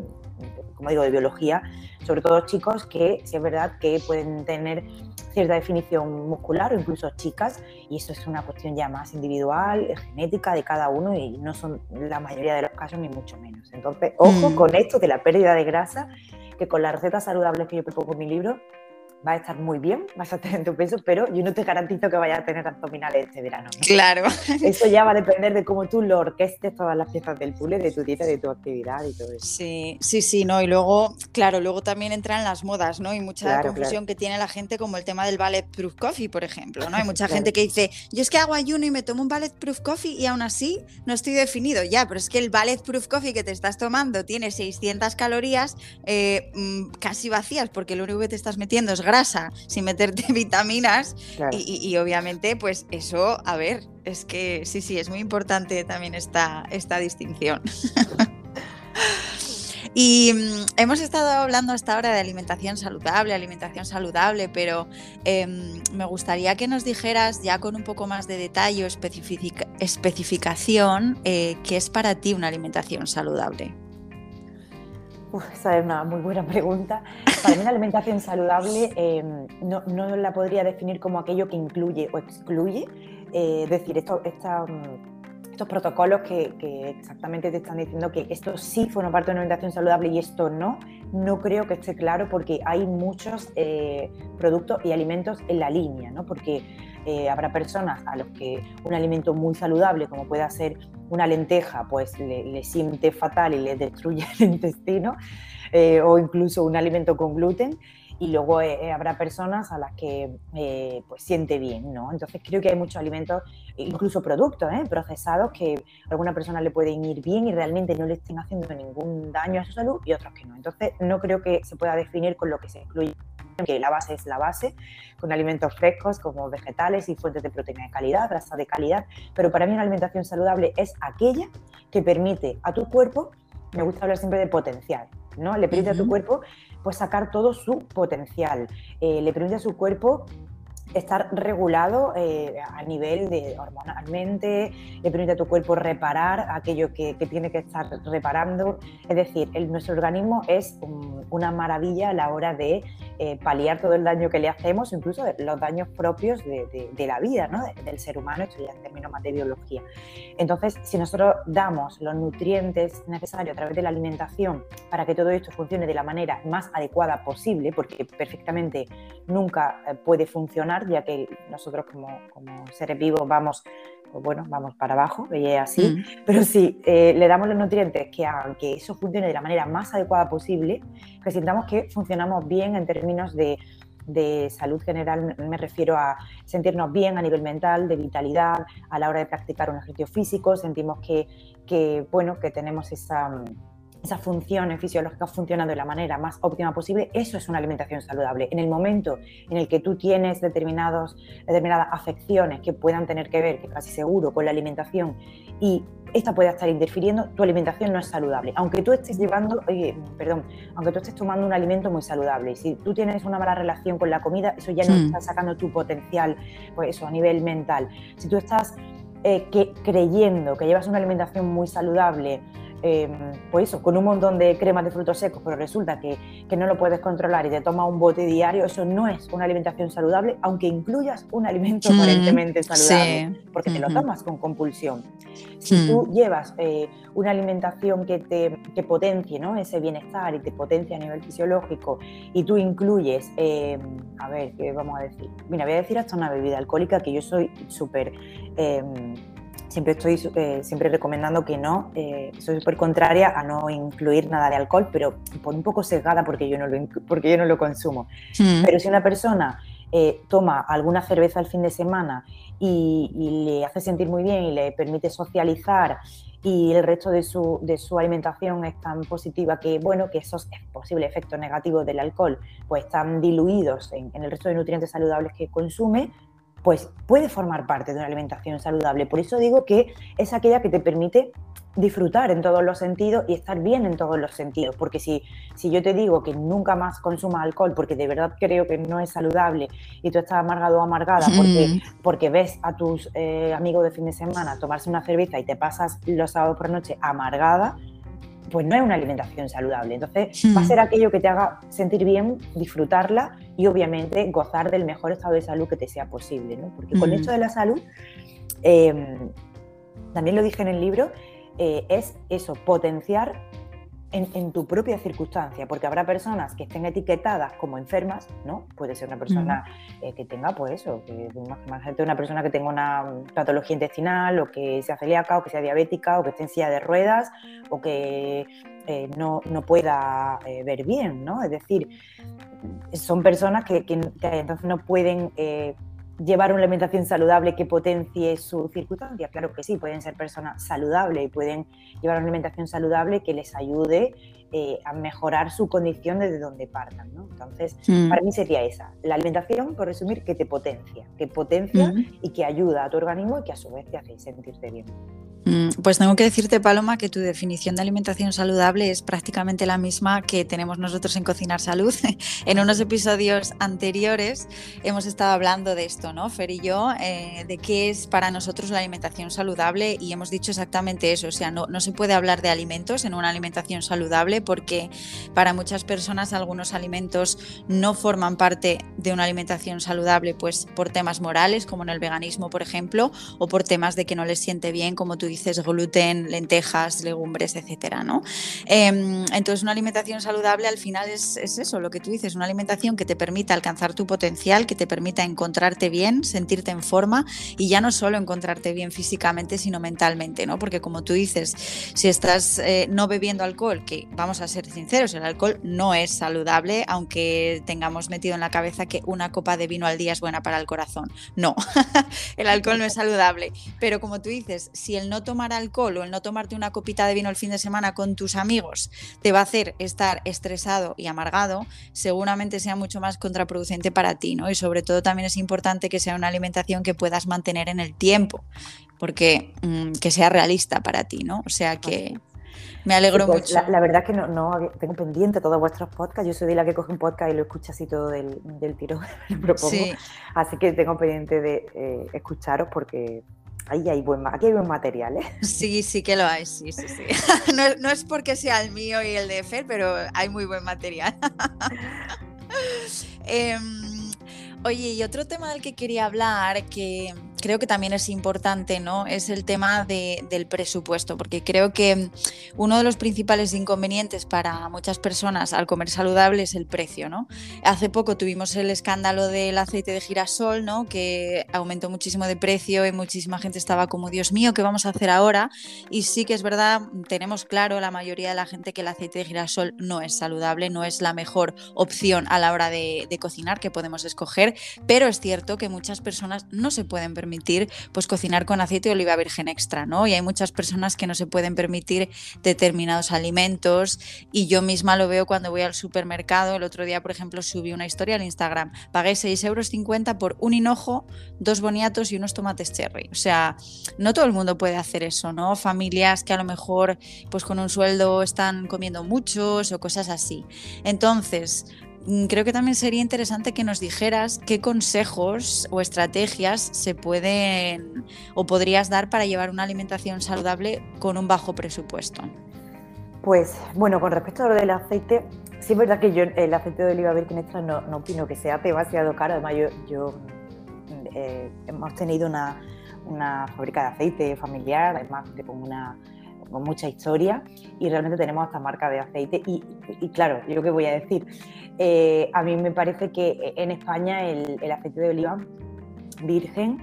como digo, de biología, sobre todo chicos que sí es verdad que pueden tener cierta definición muscular, o incluso chicas, y eso es una cuestión ya más individual, genética de cada uno, y no son la mayoría de los casos ni mucho menos. Entonces, ojo mm. con esto de la pérdida de grasa, que con las recetas saludables que yo propongo en mi libro va a estar muy bien, vas a tener tu peso, pero yo no te garantizo que vayas a tener abdominales este verano, ¿no? Claro. Eso ya va a depender de cómo tú lo orquestes todas las piezas del puzzle, de tu dieta, de tu actividad y todo eso. Sí, sí, sí, ¿no? Y luego, claro, luego también entran las modas, ¿no? Y mucha claro, confusión claro. que tiene la gente, como el tema del Bulletproof Coffee, por ejemplo, ¿no? Hay mucha claro. gente que dice, yo es que hago ayuno y me tomo un Bulletproof Coffee y aún así no estoy definido. Ya, pero es que el Bulletproof Coffee que te estás tomando tiene seiscientas calorías eh, casi vacías, porque lo único que te estás metiendo es grasa sin meterte vitaminas claro. y, y, y obviamente pues eso, a ver, es que sí, sí, es muy importante también esta, esta distinción. Y um, hemos estado hablando hasta ahora de alimentación saludable, alimentación saludable, pero eh, me gustaría que nos dijeras ya con un poco más de detalle o especific- especificación eh, qué es para ti una alimentación saludable. Uf, esa es una muy buena pregunta. Para mí una alimentación saludable eh, no, no la podría definir como aquello que incluye o excluye. Eh, es decir, esto, esta, estos protocolos que, que exactamente te están diciendo que esto sí forma parte de una alimentación saludable y esto no, no creo que esté claro, porque hay muchos eh, productos y alimentos en la línea, ¿no? Porque eh, habrá personas a los que un alimento muy saludable, como pueda ser una lenteja, pues le, le siente fatal y le destruye el intestino, eh, o incluso un alimento con gluten, y luego eh, habrá personas a las que eh, pues siente bien, ¿no? Entonces creo que hay muchos alimentos, incluso productos ¿eh? procesados, que a alguna persona le pueden ir bien y realmente no le estén haciendo ningún daño a su salud, y otros que no. Entonces no creo que se pueda definir con lo que se excluye, que la base es la base, con alimentos frescos como vegetales y fuentes de proteína de calidad, grasa de calidad, pero para mí una alimentación saludable es aquella que permite a tu cuerpo, me gusta hablar siempre de potencial, ¿no? Le permite uh-huh. a tu cuerpo pues sacar todo su potencial, eh, le permite a su cuerpo estar regulado eh, a nivel de hormonalmente, le permite a tu cuerpo reparar aquello que, que tiene que estar reparando. Es decir, el, nuestro organismo es un, una maravilla a la hora de eh, paliar todo el daño que le hacemos, incluso los daños propios de, de, de la vida, ¿no? de, del ser humano, esto ya en términos más de biología. Entonces, si nosotros damos los nutrientes necesarios a través de la alimentación para que todo esto funcione de la manera más adecuada posible, porque perfectamente nunca puede funcionar evolucionar, ya que nosotros como, como seres vivos vamos, pues bueno, vamos para abajo, y es así, mm. pero si eh, le damos los nutrientes que hagan que eso funcione de la manera más adecuada posible, que sintamos que funcionamos bien en términos de, de salud general, me refiero a sentirnos bien a nivel mental, de vitalidad, a la hora de practicar un ejercicio físico, sentimos que, que, bueno, que tenemos esa... esas funciones fisiológicas funcionando de la manera más óptima posible, eso es una alimentación saludable. En el momento en el que tú tienes determinados, determinadas afecciones que puedan tener que ver, que casi seguro, con la alimentación y esta pueda estar interfiriendo, tu alimentación no es saludable. Aunque tú estés llevando, eh, perdón, aunque tú estés tomando un alimento muy saludable, y si tú tienes una mala relación con la comida, eso ya no mm. está sacando tu potencial, pues eso, a nivel mental. Si tú estás eh, que, creyendo que llevas una alimentación muy saludable, Eh, pues eso, con un montón de cremas de frutos secos, pero resulta que, que no lo puedes controlar y te tomas un bote diario, eso no es una alimentación saludable, aunque incluyas un alimento mm, aparentemente saludable, sí. porque te lo tomas con compulsión. Si mm. tú llevas eh, una alimentación que te que potencie, ¿no?, ese bienestar y te potencia a nivel fisiológico, y tú incluyes, eh, a ver, ¿qué vamos a decir? Mira, voy a decir hasta una bebida alcohólica, que yo soy súper... Eh, Siempre estoy eh, siempre recomendando que no, eh, soy súper contraria a no incluir nada de alcohol, pero por un poco sesgada porque yo no lo, porque yo no lo consumo. Mm. Pero si una persona eh, toma alguna cerveza el fin de semana y, y le hace sentir muy bien y le permite socializar, y el resto de su, de su alimentación es tan positiva que, bueno, que esos posibles efectos negativos del alcohol pues están diluidos en, en el resto de nutrientes saludables que consume, pues puede formar parte de una alimentación saludable. Por eso digo que es aquella que te permite disfrutar en todos los sentidos y estar bien en todos los sentidos, porque si, si yo te digo que nunca más consumas alcohol porque de verdad creo que no es saludable y tú estás amargado o amargada porque, mm. porque ves a tus eh, amigos de fin de semana tomarse una cerveza y te pasas los sábados por la noche amargada, pues no es una alimentación saludable. Entonces mm. va a ser aquello que te haga sentir bien, disfrutarla y obviamente gozar del mejor estado de salud que te sea posible, ¿no? Porque mm. con esto de la salud, eh, también lo dije en el libro, eh, es eso, potenciar en, en tu propia circunstancia, porque habrá personas que estén etiquetadas como enfermas, ¿no? Puede ser una persona mm. eh, que tenga, pues eso, que imagínate una persona que tenga una patología intestinal, o que sea celíaca, o que sea diabética, o que esté en silla de ruedas, o que eh, no, no pueda eh, ver bien, ¿no? Es decir, son personas que, que, que entonces no pueden eh, llevar una alimentación saludable que potencie su circunstancia. Claro que sí, pueden ser personas saludables y pueden llevar una alimentación saludable que les ayude eh, a mejorar su condición desde donde partan, ¿no? Entonces, mm. para mí sería esa, la alimentación, por resumir, que te potencia, que potencia mm. y que ayuda a tu organismo y que a su vez te hace sentirte bien. Pues tengo que decirte, Paloma, que tu definición de alimentación saludable es prácticamente la misma que tenemos nosotros en Cocinar Salud. En unos episodios anteriores hemos estado hablando de esto, ¿no, Fer y yo? Eh, de qué es para nosotros la alimentación saludable, y hemos dicho exactamente eso. O sea, no, no se puede hablar de alimentos en una alimentación saludable porque para muchas personas algunos alimentos no forman parte de una alimentación saludable, pues por temas morales, como en el veganismo, por ejemplo, o por temas de que no les siente bien, como tú dices, gluten, lentejas, legumbres, etcétera, ¿no? Eh, entonces, una alimentación saludable al final es, es eso, lo que tú dices, una alimentación que te permita alcanzar tu potencial, que te permita encontrarte bien, sentirte en forma, y ya no solo encontrarte bien físicamente, sino mentalmente, ¿no? Porque como tú dices, si estás eh, no bebiendo alcohol, que vamos a ser sinceros, el alcohol no es saludable, aunque tengamos metido en la cabeza que una copa de vino al día es buena para el corazón. No, el alcohol no es saludable, pero como tú dices, si el no tomar alcohol o el no tomarte una copita de vino el fin de semana con tus amigos te va a hacer estar estresado y amargado, seguramente sea mucho más contraproducente para ti, ¿no? Y sobre todo también es importante que sea una alimentación que puedas mantener en el tiempo, porque mmm, que sea realista para ti, ¿no? O sea que me alegro sí, pues, mucho. La, la verdad es que no, no tengo pendiente todos vuestros podcasts. Yo soy de la que coge un podcast y lo escucha así todo del, del tirón, lo propongo. Sí. Así que tengo pendiente de eh, escucharos porque ahí hay buen, aquí hay buen material, ¿eh? Sí, sí que lo hay, sí, sí, sí. No, no es porque sea el mío y el de Fer, pero hay muy buen material. eh, Oye, y otro tema del que quería hablar, que, creo que también es importante, ¿no? Es el tema de, del presupuesto, porque creo que uno de los principales inconvenientes para muchas personas al comer saludable es el precio, ¿no? Hace poco tuvimos el escándalo del aceite de girasol, ¿no? Que aumentó muchísimo de precio y muchísima gente estaba como, Dios mío, ¿qué vamos a hacer ahora? Y sí que es verdad, tenemos claro la mayoría de la gente que el aceite de girasol no es saludable, no es la mejor opción a la hora de, de cocinar que podemos escoger, pero es cierto que muchas personas no se pueden permitir pues cocinar con aceite de oliva virgen extra, ¿no? Y hay muchas personas que no se pueden permitir determinados alimentos, y yo misma lo veo cuando voy al supermercado. El otro día, por ejemplo, subí una historia al Instagram, pagué seis euros cincuenta por un hinojo, dos boniatos y unos tomates cherry. O sea, no todo el mundo puede hacer eso, ¿no? Familias que a lo mejor pues con un sueldo están comiendo muchos o cosas así. Entonces, creo que también sería interesante que nos dijeras qué consejos o estrategias se pueden o podrías dar para llevar una alimentación saludable con un bajo presupuesto. Pues bueno, con respecto a lo del aceite, sí es verdad que yo el aceite de oliva virgen extra no, no opino que sea demasiado caro. Además, yo, yo eh, hemos tenido una, una fábrica de aceite familiar, además que con una con mucha historia, y realmente tenemos esta marca de aceite y, y claro, yo qué voy a decir, eh, a mí me parece que en España el, el aceite de oliva virgen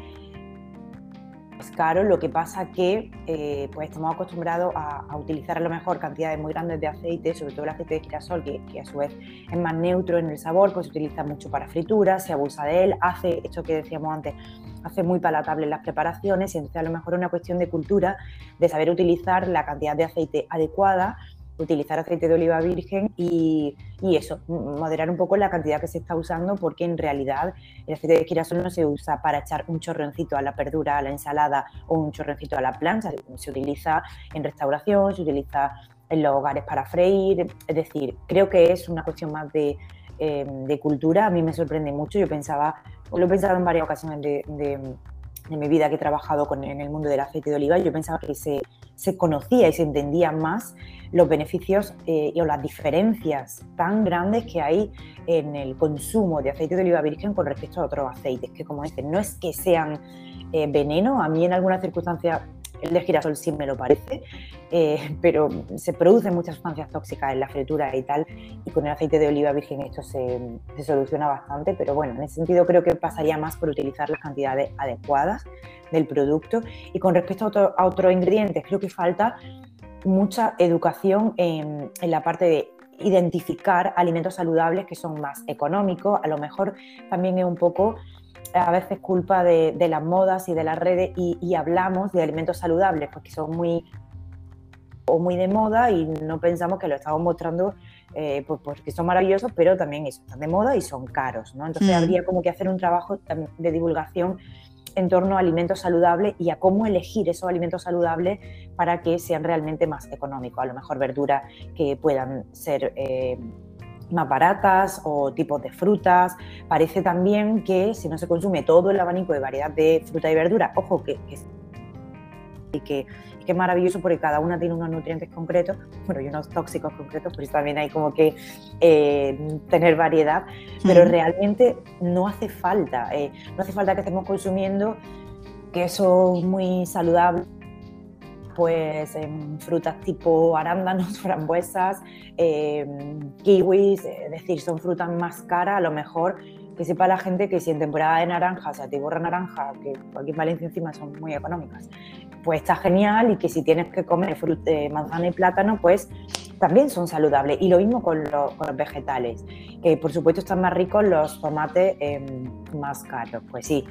es caro. Lo que pasa que eh, pues estamos acostumbrados a, a utilizar a lo mejor cantidades muy grandes de aceite, sobre todo el aceite de girasol, que, que a su vez es más neutro en el sabor, pues se utiliza mucho para frituras, se abusa de él, hace esto que decíamos antes, hace muy palatable las preparaciones, y entonces a lo mejor es una cuestión de cultura, de saber utilizar la cantidad de aceite adecuada, utilizar aceite de oliva virgen y, y eso, moderar un poco la cantidad que se está usando, porque en realidad el aceite de girasol no se usa para echar un chorroncito a la verdura, a la ensalada o un chorroncito a la plancha, se utiliza en restauración, se utiliza en los hogares para freír, es decir, creo que es una cuestión más de, eh, de cultura. A mí me sorprende mucho, yo pensaba, lo he pensado en varias ocasiones de, de, de mi vida que he trabajado con, en el mundo del aceite de oliva, yo pensaba que se, se conocía y se entendía más los beneficios eh, o las diferencias tan grandes que hay en el consumo de aceite de oliva virgen con respecto a otros aceites, que como dicen, no es que sean eh, veneno, a mí en algunas circunstancias el de girasol sí me lo parece, eh, pero se producen muchas sustancias tóxicas en la fritura y tal, y con el aceite de oliva virgen esto se, se soluciona bastante, pero bueno, en ese sentido creo que pasaría más por utilizar las cantidades adecuadas del producto. Y con respecto a, otro, a otros ingredientes, creo que falta mucha educación en, en la parte de identificar alimentos saludables que son más económicos. A lo mejor también es un poco a veces culpa de, de las modas y de las redes, y, y hablamos de alimentos saludables porque son muy o muy de moda y no pensamos que lo estamos mostrando eh, pues porque son maravillosos, pero también eso, están de moda y son caros, ¿no? Entonces mm. habría como que hacer un trabajo de divulgación en torno a alimentos saludables y a cómo elegir esos alimentos saludables para que sean realmente más económicos. A lo mejor verduras que puedan ser eh, más baratas o tipos de frutas. Parece también que si no se consume todo el abanico de variedad de fruta y verdura, ojo que, que, y que, y que es maravilloso porque cada una tiene unos nutrientes concretos, bueno, y unos tóxicos concretos, por eso también hay como que eh, tener variedad, pero mm. realmente no hace falta, eh, no hace falta que estemos consumiendo queso muy saludable, pues en frutas tipo arándanos, frambuesas, eh, kiwis, es decir, son frutas más caras, a lo mejor que sepa la gente que si en temporada de naranjas, o sea, tiborra naranja, que aquí en Valencia encima son muy económicas, pues está genial, y que si tienes que comer fruta, eh, manzana y plátano, pues también son saludables. Y lo mismo con, lo, con los vegetales, que por supuesto están más ricos los tomates eh, más caros, pues sí.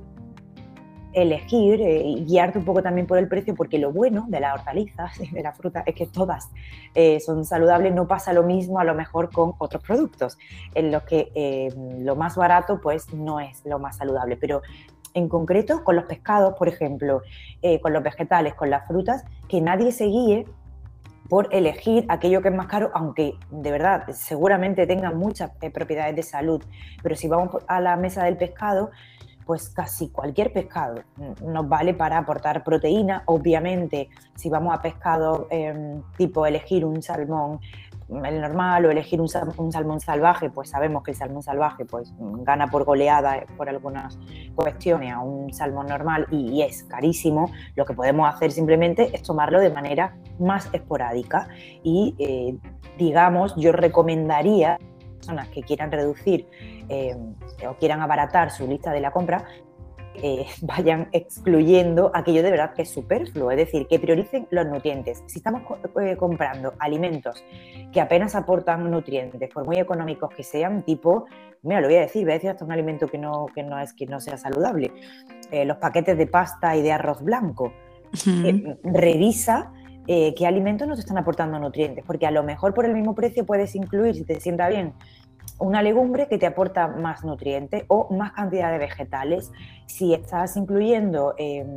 Elegir eh, y guiarte un poco también por el precio, porque lo bueno de las hortalizas y de la fruta es que todas eh, son saludables. No pasa lo mismo a lo mejor con otros productos, en los que eh, lo más barato pues no es lo más saludable, pero en concreto con los pescados, por ejemplo, eh, con los vegetales, con las frutas, que nadie se guíe por elegir aquello que es más caro, aunque de verdad seguramente tenga muchas eh, propiedades de salud, pero si vamos a la mesa del pescado, pues casi cualquier pescado nos vale para aportar proteína. Obviamente, si vamos a pescado eh, tipo elegir un salmón, el normal, o elegir un, un salmón salvaje, pues sabemos que el salmón salvaje pues gana por goleada por algunas cuestiones a un salmón normal y, y es carísimo. Lo que podemos hacer simplemente es tomarlo de manera más esporádica y eh, digamos, yo recomendaría a personas que quieran reducir eh, o quieran abaratar su lista de la compra, Eh, vayan excluyendo aquello de verdad que es superfluo, es decir, que prioricen los nutrientes. Si estamos eh, comprando alimentos que apenas aportan nutrientes, por muy económicos que sean, tipo, mira, lo voy a decir, voy a decir hasta un alimento que no, que no es que no sea saludable, eh, los paquetes de pasta y de arroz blanco. Uh-huh. eh, revisa eh, qué alimentos nos están aportando nutrientes, porque a lo mejor por el mismo precio puedes incluir, si te sienta bien, una legumbre que te aporta más nutrientes o más cantidad de vegetales. Si estás incluyendo eh,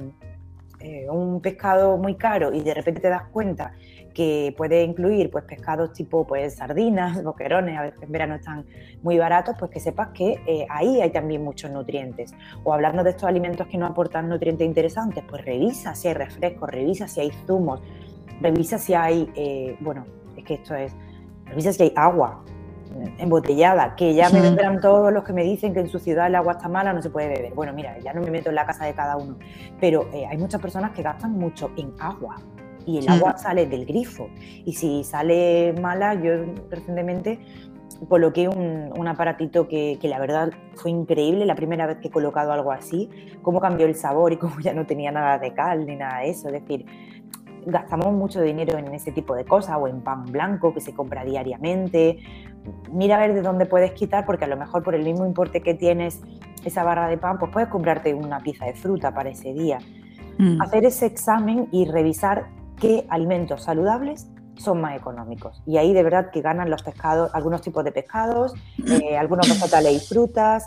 eh, un pescado muy caro y de repente te das cuenta que puede incluir pues, pescados tipo pues, sardinas, boquerones, a veces en verano están muy baratos, pues que sepas que eh, ahí hay también muchos nutrientes. O hablando de estos alimentos que no aportan nutrientes interesantes, pues revisa si hay refrescos, revisa si hay zumos, revisa si hay, eh, bueno, es que esto es, revisa si hay agua embotellada, que ya me vendrán todos los que me dicen que en su ciudad el agua está mala, no se puede beber. Bueno, mira, ya no me meto en la casa de cada uno, pero eh, hay muchas personas que gastan mucho en agua y el agua sale del grifo y si sale mala, yo recientemente coloqué un, un aparatito que, que la verdad fue increíble la primera vez que he colocado algo así, cómo cambió el sabor y cómo ya no tenía nada de cal ni nada de eso, es decir, gastamos mucho dinero en ese tipo de cosas o en pan blanco que se compra diariamente. Mira a ver de dónde puedes quitar, porque a lo mejor por el mismo importe que tienes esa barra de pan, pues puedes comprarte una pieza de fruta para ese día. Mm. Hacer ese examen y revisar qué alimentos saludables son más económicos. Y ahí de verdad que ganan los pescados, algunos tipos de pescados, eh, algunos vegetales y frutas,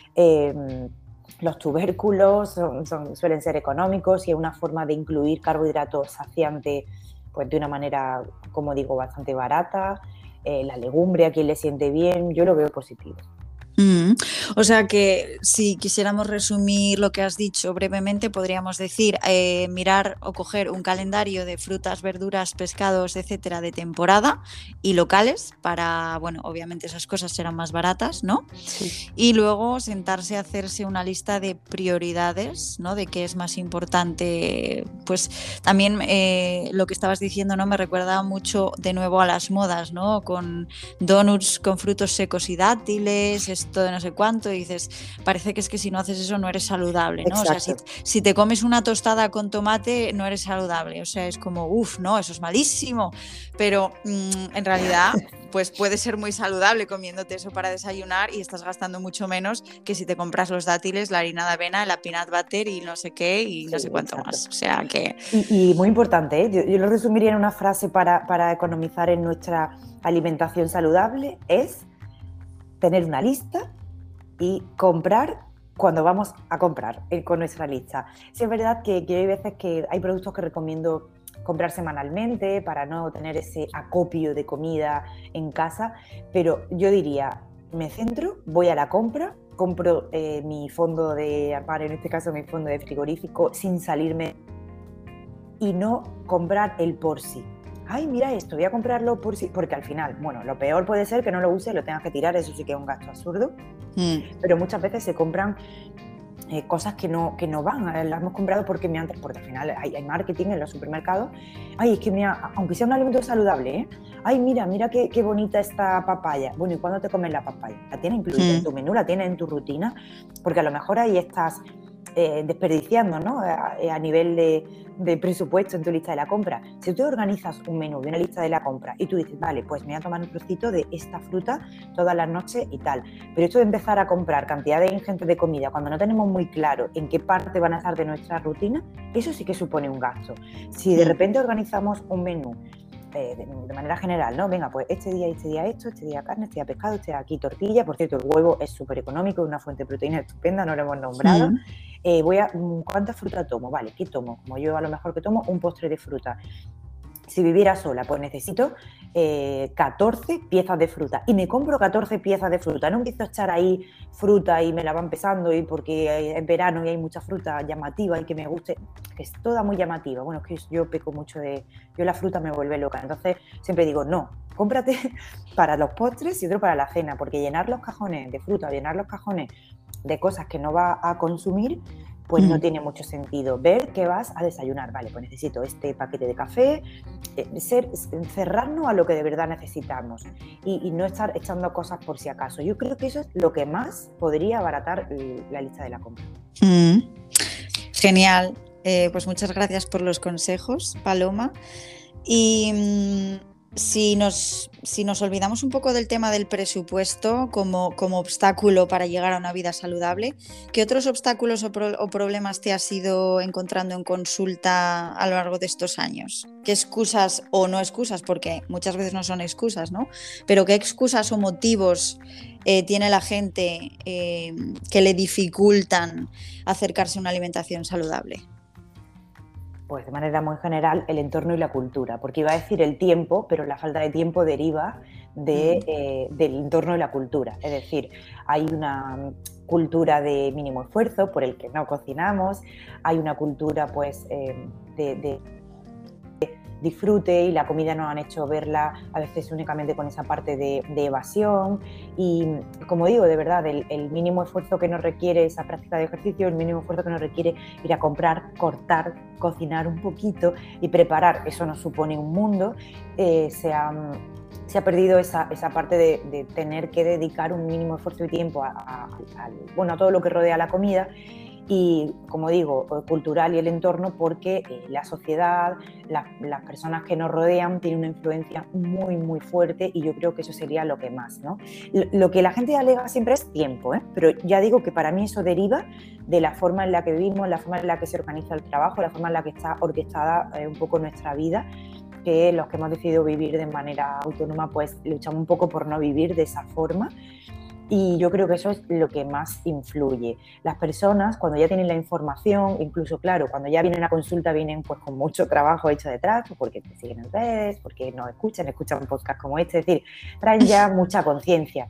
eh, los tubérculos son, son, suelen ser económicos y es una forma de incluir carbohidratos saciantes pues, de una manera, como digo, bastante barata. Eh, la legumbre a quien le siente bien, yo lo veo positivo. Mm. O sea que si quisiéramos resumir lo que has dicho brevemente, podríamos decir eh, mirar o coger un calendario de frutas, verduras, pescados, etcétera, de temporada y locales para, bueno, obviamente esas cosas serán más baratas, ¿no? Sí. Y luego sentarse a hacerse una lista de prioridades, ¿no? De qué es más importante. Pues también eh, lo que estabas diciendo, ¿no? Me recuerda mucho de nuevo a las modas, ¿no? Con donuts con frutos secos y dátiles, esto de no sé cuánto, y dices, parece que es que si no haces eso no eres saludable, ¿no? Exacto. O sea, si, si te comes una tostada con tomate no eres saludable, o sea, es como, uff, no, eso es malísimo, pero mmm, en realidad pues puede ser muy saludable comiéndote eso para desayunar y estás gastando mucho menos que si te compras los dátiles, la harina de avena, la peanut butter y no sé qué y no sí, sé cuánto exacto. Más, o sea que... Y, y muy importante, ¿eh? yo, yo lo resumiría en una frase para, para economizar en nuestra alimentación saludable, es tener una lista y comprar cuando vamos a comprar eh, con nuestra lista. Sí es verdad que, que hay veces que hay productos que recomiendo comprar semanalmente para no tener ese acopio de comida en casa, pero yo diría, me centro, voy a la compra, compro eh, mi fondo de armario, en este caso mi fondo de frigorífico, sin salirme y no comprar el por sí. Ay, mira esto, voy a comprarlo por sí, porque al final, bueno, lo peor puede ser que no lo use, lo tengas que tirar, eso sí que es un gasto absurdo, mm. pero muchas veces se compran eh, cosas que no, que no van, las hemos comprado porque me han, porque al final hay, hay marketing en los supermercados. Ay, es que mira, aunque sea un alimento saludable, ¿eh? Ay, mira, mira qué, qué bonita esta papaya. Bueno, ¿y cuándo te comes la papaya? ¿La tienes incluida mm. en tu menú? ¿La tienes en tu rutina? Porque a lo mejor ahí estás Eh, desperdiciando, ¿no? a, a nivel de, de presupuesto en tu lista de la compra. Si tú organizas un menú de una lista de la compra y tú dices, vale, pues me voy a tomar un trocito de esta fruta todas las noches y tal, pero esto de empezar a comprar cantidades ingentes de comida cuando no tenemos muy claro en qué parte van a estar de nuestra rutina, eso sí que supone un gasto. Si de repente organizamos un menú De, de manera general, ¿no? Venga, pues este día, este día esto, este día carne, este día pescado, este día aquí tortilla. Por cierto, el huevo es súper económico, es una fuente de proteína estupenda, no lo hemos nombrado. Sí. Eh, voy a, ¿cuánta fruta tomo? Vale, ¿qué tomo? Como yo a lo mejor que tomo un postre de fruta. Si viviera sola, pues necesito eh, catorce piezas de fruta y me compro catorce piezas de fruta. No empiezo a echar ahí fruta y me la van pesando y porque es verano y hay mucha fruta llamativa y que me guste, que es toda muy llamativa. Bueno, es que yo peco mucho de... Yo la fruta me vuelve loca. Entonces siempre digo, no, cómprate para los postres y otro para la cena, porque llenar los cajones de fruta, llenar los cajones de cosas que no va a consumir, pues mm. no tiene mucho sentido. Ver que vas a desayunar, vale, pues necesito este paquete de café, eh, ser, cerrarnos a lo que de verdad necesitamos y, y no estar echando cosas por si acaso. Yo creo que eso es lo que más podría abaratar la lista de la compra. Mm. Genial, eh, pues muchas gracias por los consejos, Paloma. Y mmm, si nos, si nos olvidamos un poco del tema del presupuesto como, como obstáculo para llegar a una vida saludable, ¿qué otros obstáculos o, pro, o problemas te has ido encontrando en consulta a lo largo de estos años? ¿Qué excusas o no excusas? Porque muchas veces no son excusas, ¿no? Pero ¿qué excusas o motivos eh, tiene la gente eh, que le dificultan acercarse a una alimentación saludable? Pues de manera muy general el entorno y la cultura, porque iba a decir el tiempo, pero la falta de tiempo deriva de, mm. eh, del entorno y la cultura. Es decir, hay una cultura de mínimo esfuerzo por el que no cocinamos, hay una cultura pues eh, de, de disfrute y la comida nos han hecho verla a veces únicamente con esa parte de, de evasión y como digo, de verdad, el, el mínimo esfuerzo que nos requiere esa práctica de ejercicio, el mínimo esfuerzo que nos requiere ir a comprar, cortar, cocinar un poquito y preparar, eso nos supone un mundo, eh, se ha, se ha perdido esa, esa parte de, de tener que dedicar un mínimo esfuerzo y tiempo a, a, a, bueno, a todo lo que rodea la comida. Y, como digo, cultural y el entorno porque eh, la sociedad, la, las personas que nos rodean tienen una influencia muy, muy fuerte y yo creo que eso sería lo que más, ¿no? Lo, lo que la gente alega siempre es tiempo, ¿eh? Pero ya digo que para mí eso deriva de la forma en la que vivimos, la forma en la que se organiza el trabajo, la forma en la que está orquestada eh, un poco nuestra vida, que los que hemos decidido vivir de manera autónoma pues luchamos un poco por no vivir de esa forma. Y yo creo que eso es lo que más influye. Las personas, cuando ya tienen la información, incluso, claro, cuando ya vienen a consulta, vienen pues con mucho trabajo hecho detrás, pues porque te siguen en redes, porque nos escuchan, escuchan un podcast como este, es decir, traen ya mucha conciencia.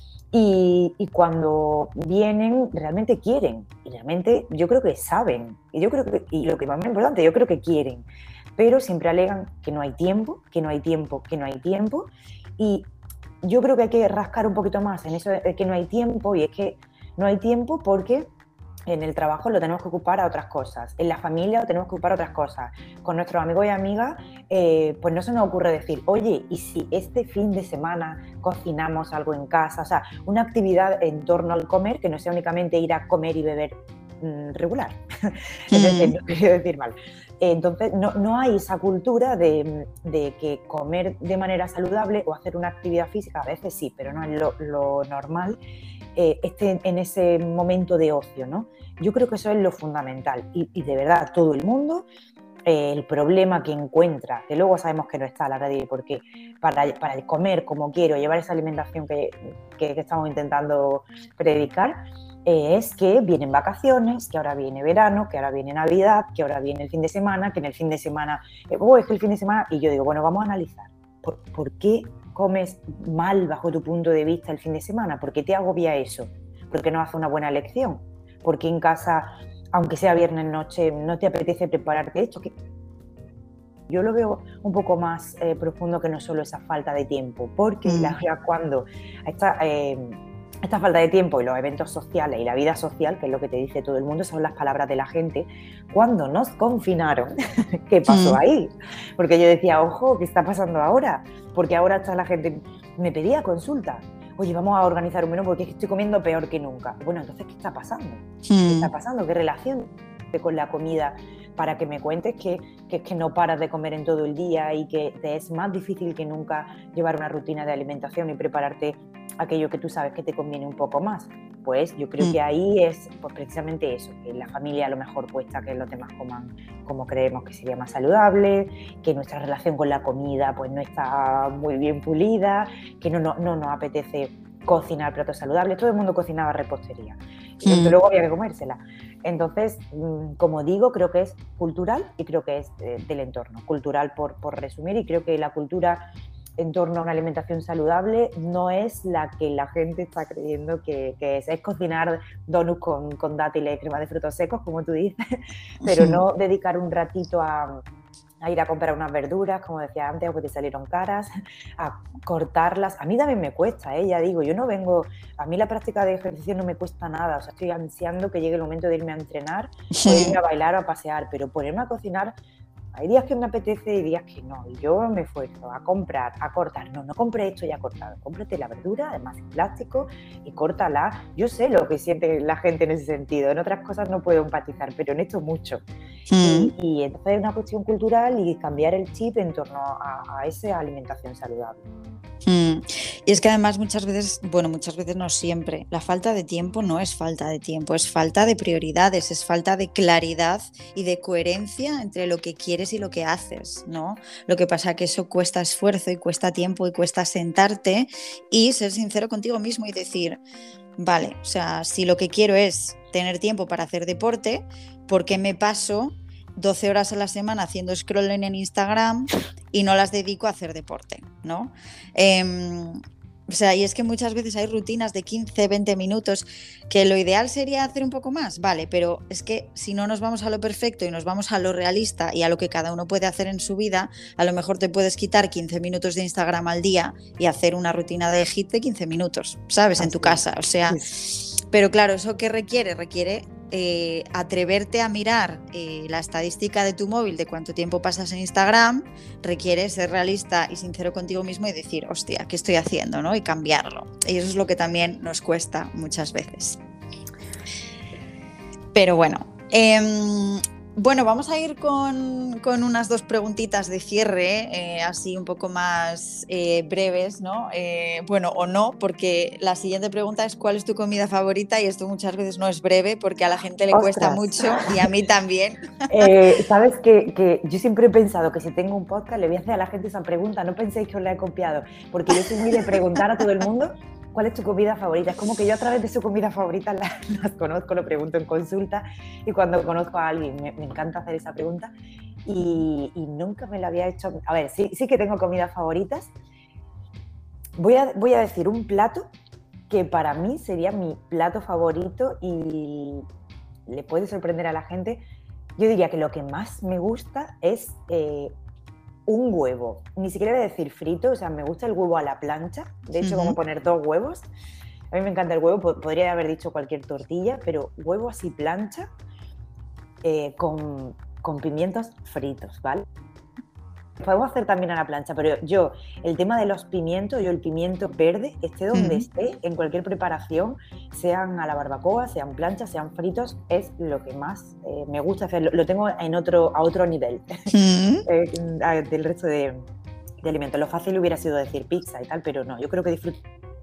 Y, y cuando vienen, realmente quieren, y realmente yo creo que saben, y, yo creo que, y lo que más importante, yo creo que quieren, pero siempre alegan que no hay tiempo, que no hay tiempo, que no hay tiempo, y yo creo que hay que rascar un poquito más en eso de que no hay tiempo, y es que no hay tiempo porque en el trabajo lo tenemos que ocupar a otras cosas, en la familia lo tenemos que ocupar a otras cosas, con nuestros amigos y amigas, eh, pues no se nos ocurre decir, oye, ¿y si este fin de semana cocinamos algo en casa? O sea, una actividad en torno al comer que no sea únicamente ir a comer y beber mmm, regular, entonces, no quiero decir mal. Entonces, no, no hay esa cultura de, de que comer de manera saludable o hacer una actividad física, a veces sí, pero no es lo, lo normal, eh, esté en ese momento de ocio, ¿no? Yo creo que eso es lo fundamental y, y de verdad todo el mundo, eh, el problema que encuentra, que luego sabemos que no está, la verdad, porque para, para comer como quiero, llevar esa alimentación que, que, que estamos intentando predicar, es que vienen vacaciones, que ahora viene verano, que ahora viene Navidad, que ahora viene el fin de semana, que en el fin de semana, oh, es que el fin de semana, y yo digo, bueno, vamos a analizar, ¿por, ¿por qué comes mal bajo tu punto de vista el fin de semana? ¿Por qué te agobia eso? ¿Por qué no haces una buena elección? ¿Por qué en casa, aunque sea viernes noche, no te apetece prepararte esto? ¿Qué? Yo lo veo un poco más eh, profundo que no solo esa falta de tiempo, porque mm. la verdad cuando está... Eh, esta falta de tiempo y los eventos sociales y la vida social, que es lo que te dice todo el mundo, son las palabras de la gente. Cuando nos confinaron, ¿qué pasó mm. ahí? Porque yo decía, ojo, ¿qué está pasando ahora? Porque ahora está la gente, me pedía consulta. Oye, vamos a organizar un menú porque es que estoy comiendo peor que nunca. Bueno, entonces, ¿qué está pasando? Mm. ¿Qué está pasando? ¿Qué relación con la comida? Para que me cuentes que, que, que no paras de comer en todo el día y que te es más difícil que nunca llevar una rutina de alimentación y prepararte aquello que tú sabes que te conviene un poco más. Pues yo creo mm. que ahí es pues, precisamente eso, que la familia a lo mejor cuesta que los demás coman como creemos que sería más saludable, que nuestra relación con la comida pues no está muy bien pulida, que no, no, no nos apetece cocinar platos saludables. Todo el mundo cocinaba repostería, y mm. luego había que comérsela. Entonces, como digo, creo que es cultural y creo que es eh, del entorno. Cultural por, por resumir, y creo que la cultura en torno a una alimentación saludable no es la que la gente está creyendo que, que es. Es cocinar donuts con, con dátiles y crema de frutos secos, como tú dices, pero no dedicar un ratito a, a ir a comprar unas verduras, como decía antes, porque te salieron caras, a cortarlas. A mí también me cuesta, ¿eh? Ya digo, yo no vengo, a mí la práctica de ejercicio no me cuesta nada, o sea, estoy ansiando que llegue el momento de irme a entrenar, o de irme a bailar o a pasear, pero ponerme a cocinar, hay días que me apetece y días que no, y yo me esfuerzo a comprar, a cortar, no, no compré esto ya cortado, cómprate la verdura, además en plástico, y córtala. Yo sé lo que siente la gente en ese sentido, en otras cosas no puedo empatizar, pero en esto mucho. Mm. Y, y entonces es una cuestión cultural y cambiar el chip en torno a, a esa alimentación saludable. Mm. Y es que además muchas veces, bueno, muchas veces no siempre, la falta de tiempo no es falta de tiempo, es falta de prioridades, es falta de claridad y de coherencia entre lo que quieres y lo que haces, ¿no? Lo que pasa es que eso cuesta esfuerzo y cuesta tiempo y cuesta sentarte y ser sincero contigo mismo y decir, vale, o sea, si lo que quiero es tener tiempo para hacer deporte, ¿por qué me paso doce horas a la semana haciendo scrolling en Instagram y no las dedico a hacer deporte, ¿no? Eh, o sea, y es que muchas veces hay rutinas de quince, veinte minutos que lo ideal sería hacer un poco más, vale, pero es que si no nos vamos a lo perfecto y nos vamos a lo realista y a lo que cada uno puede hacer en su vida, a lo mejor te puedes quitar quince minutos de Instagram al día y hacer una rutina de HIIT de quince minutos, ¿sabes? En tu casa, o sea, pero claro, ¿eso qué requiere? Requiere Eh, atreverte a mirar eh, la estadística de tu móvil de cuánto tiempo pasas en Instagram, requiere ser realista y sincero contigo mismo y decir, hostia, ¿qué estoy haciendo? ¿No? Y cambiarlo. Y eso es lo que también nos cuesta muchas veces. Pero bueno, eh, bueno, vamos a ir con, con unas dos preguntitas de cierre, eh, así un poco más eh, breves, ¿no? Eh, bueno, o no, porque la siguiente pregunta es ¿cuál es tu comida favorita? Y esto muchas veces no es breve porque a la gente le ¡Ostras! Cuesta mucho y a mí también. Eh, Sabes que, que yo siempre he pensado que si tengo un podcast le voy a hacer a la gente esa pregunta, no penséis que os la he copiado, porque yo soy muy de preguntar a todo el mundo ¿cuál es tu comida favorita? Es como que yo a través de su comida favorita las, las conozco, lo pregunto en consulta y cuando conozco a alguien me, me encanta hacer esa pregunta y, y nunca me la había hecho. A ver, sí, sí que tengo comidas favoritas. Voy a, voy a decir un plato que para mí sería mi plato favorito y le puede sorprender a la gente. Yo diría que lo que más me gusta es eh, un huevo. Ni siquiera voy a decir frito, o sea, me gusta el huevo a la plancha. De hecho, uh-huh. Como poner dos huevos. A mí me encanta el huevo, podría haber dicho cualquier tortilla, pero huevo así plancha eh, con, con pimientos fritos, ¿vale? Podemos hacer también a la plancha, pero yo, el tema de los pimientos, yo el pimiento verde, esté donde uh-huh. esté, en cualquier preparación, sean a la barbacoa, sean planchas, sean fritos, es lo que más eh, me gusta hacer. Lo, lo tengo en otro, a otro nivel uh-huh. eh, del resto de, de alimentos. Lo fácil hubiera sido decir pizza y tal, pero no, yo creo que disfruto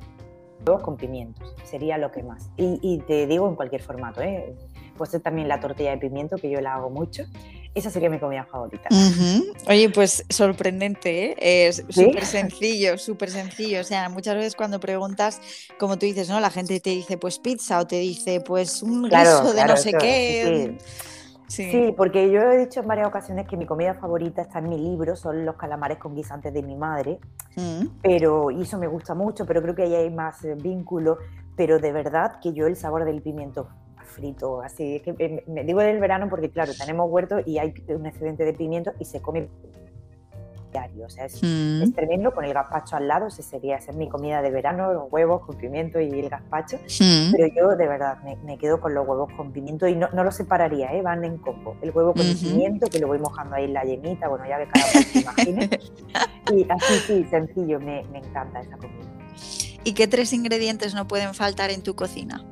con pimientos, sería lo que más. Y, y te digo en cualquier formato, ¿eh? Puede ser también la tortilla de pimiento, que yo la hago mucho. Esa sería mi comida favorita. Uh-huh. Oye, pues sorprendente, ¿eh? Es súper ¿Sí? sencillo, súper sencillo. O sea, muchas veces cuando preguntas, como tú dices, ¿no? La gente te dice, pues pizza, o te dice, pues un claro, guiso de claro, no sé eso, qué. Sí. Sí. sí, porque yo he dicho en varias ocasiones que mi comida favorita está en mi libro, son los calamares con guisantes de mi madre. Uh-huh. Pero, y eso me gusta mucho, pero creo que ahí hay más eh, vínculo. Pero de verdad que yo el sabor del pimiento frito, así, es que me digo del verano porque claro, tenemos huerto y hay un excedente de pimiento y se come diario, o sea, es, mm. es tremendo, con el gazpacho al lado, ese sería, esa es mi comida de verano, los huevos con pimiento y el gazpacho, mm. pero yo de verdad me, me quedo con los huevos con pimiento y no, no los separaría, ¿eh? Van en combo, el huevo con uh-huh. el pimiento, que lo voy mojando ahí en la yemita, bueno, ya que cada uno se imagine, y así sí, sencillo, me, me encanta esa comida. ¿Y qué tres ingredientes no pueden faltar en tu cocina?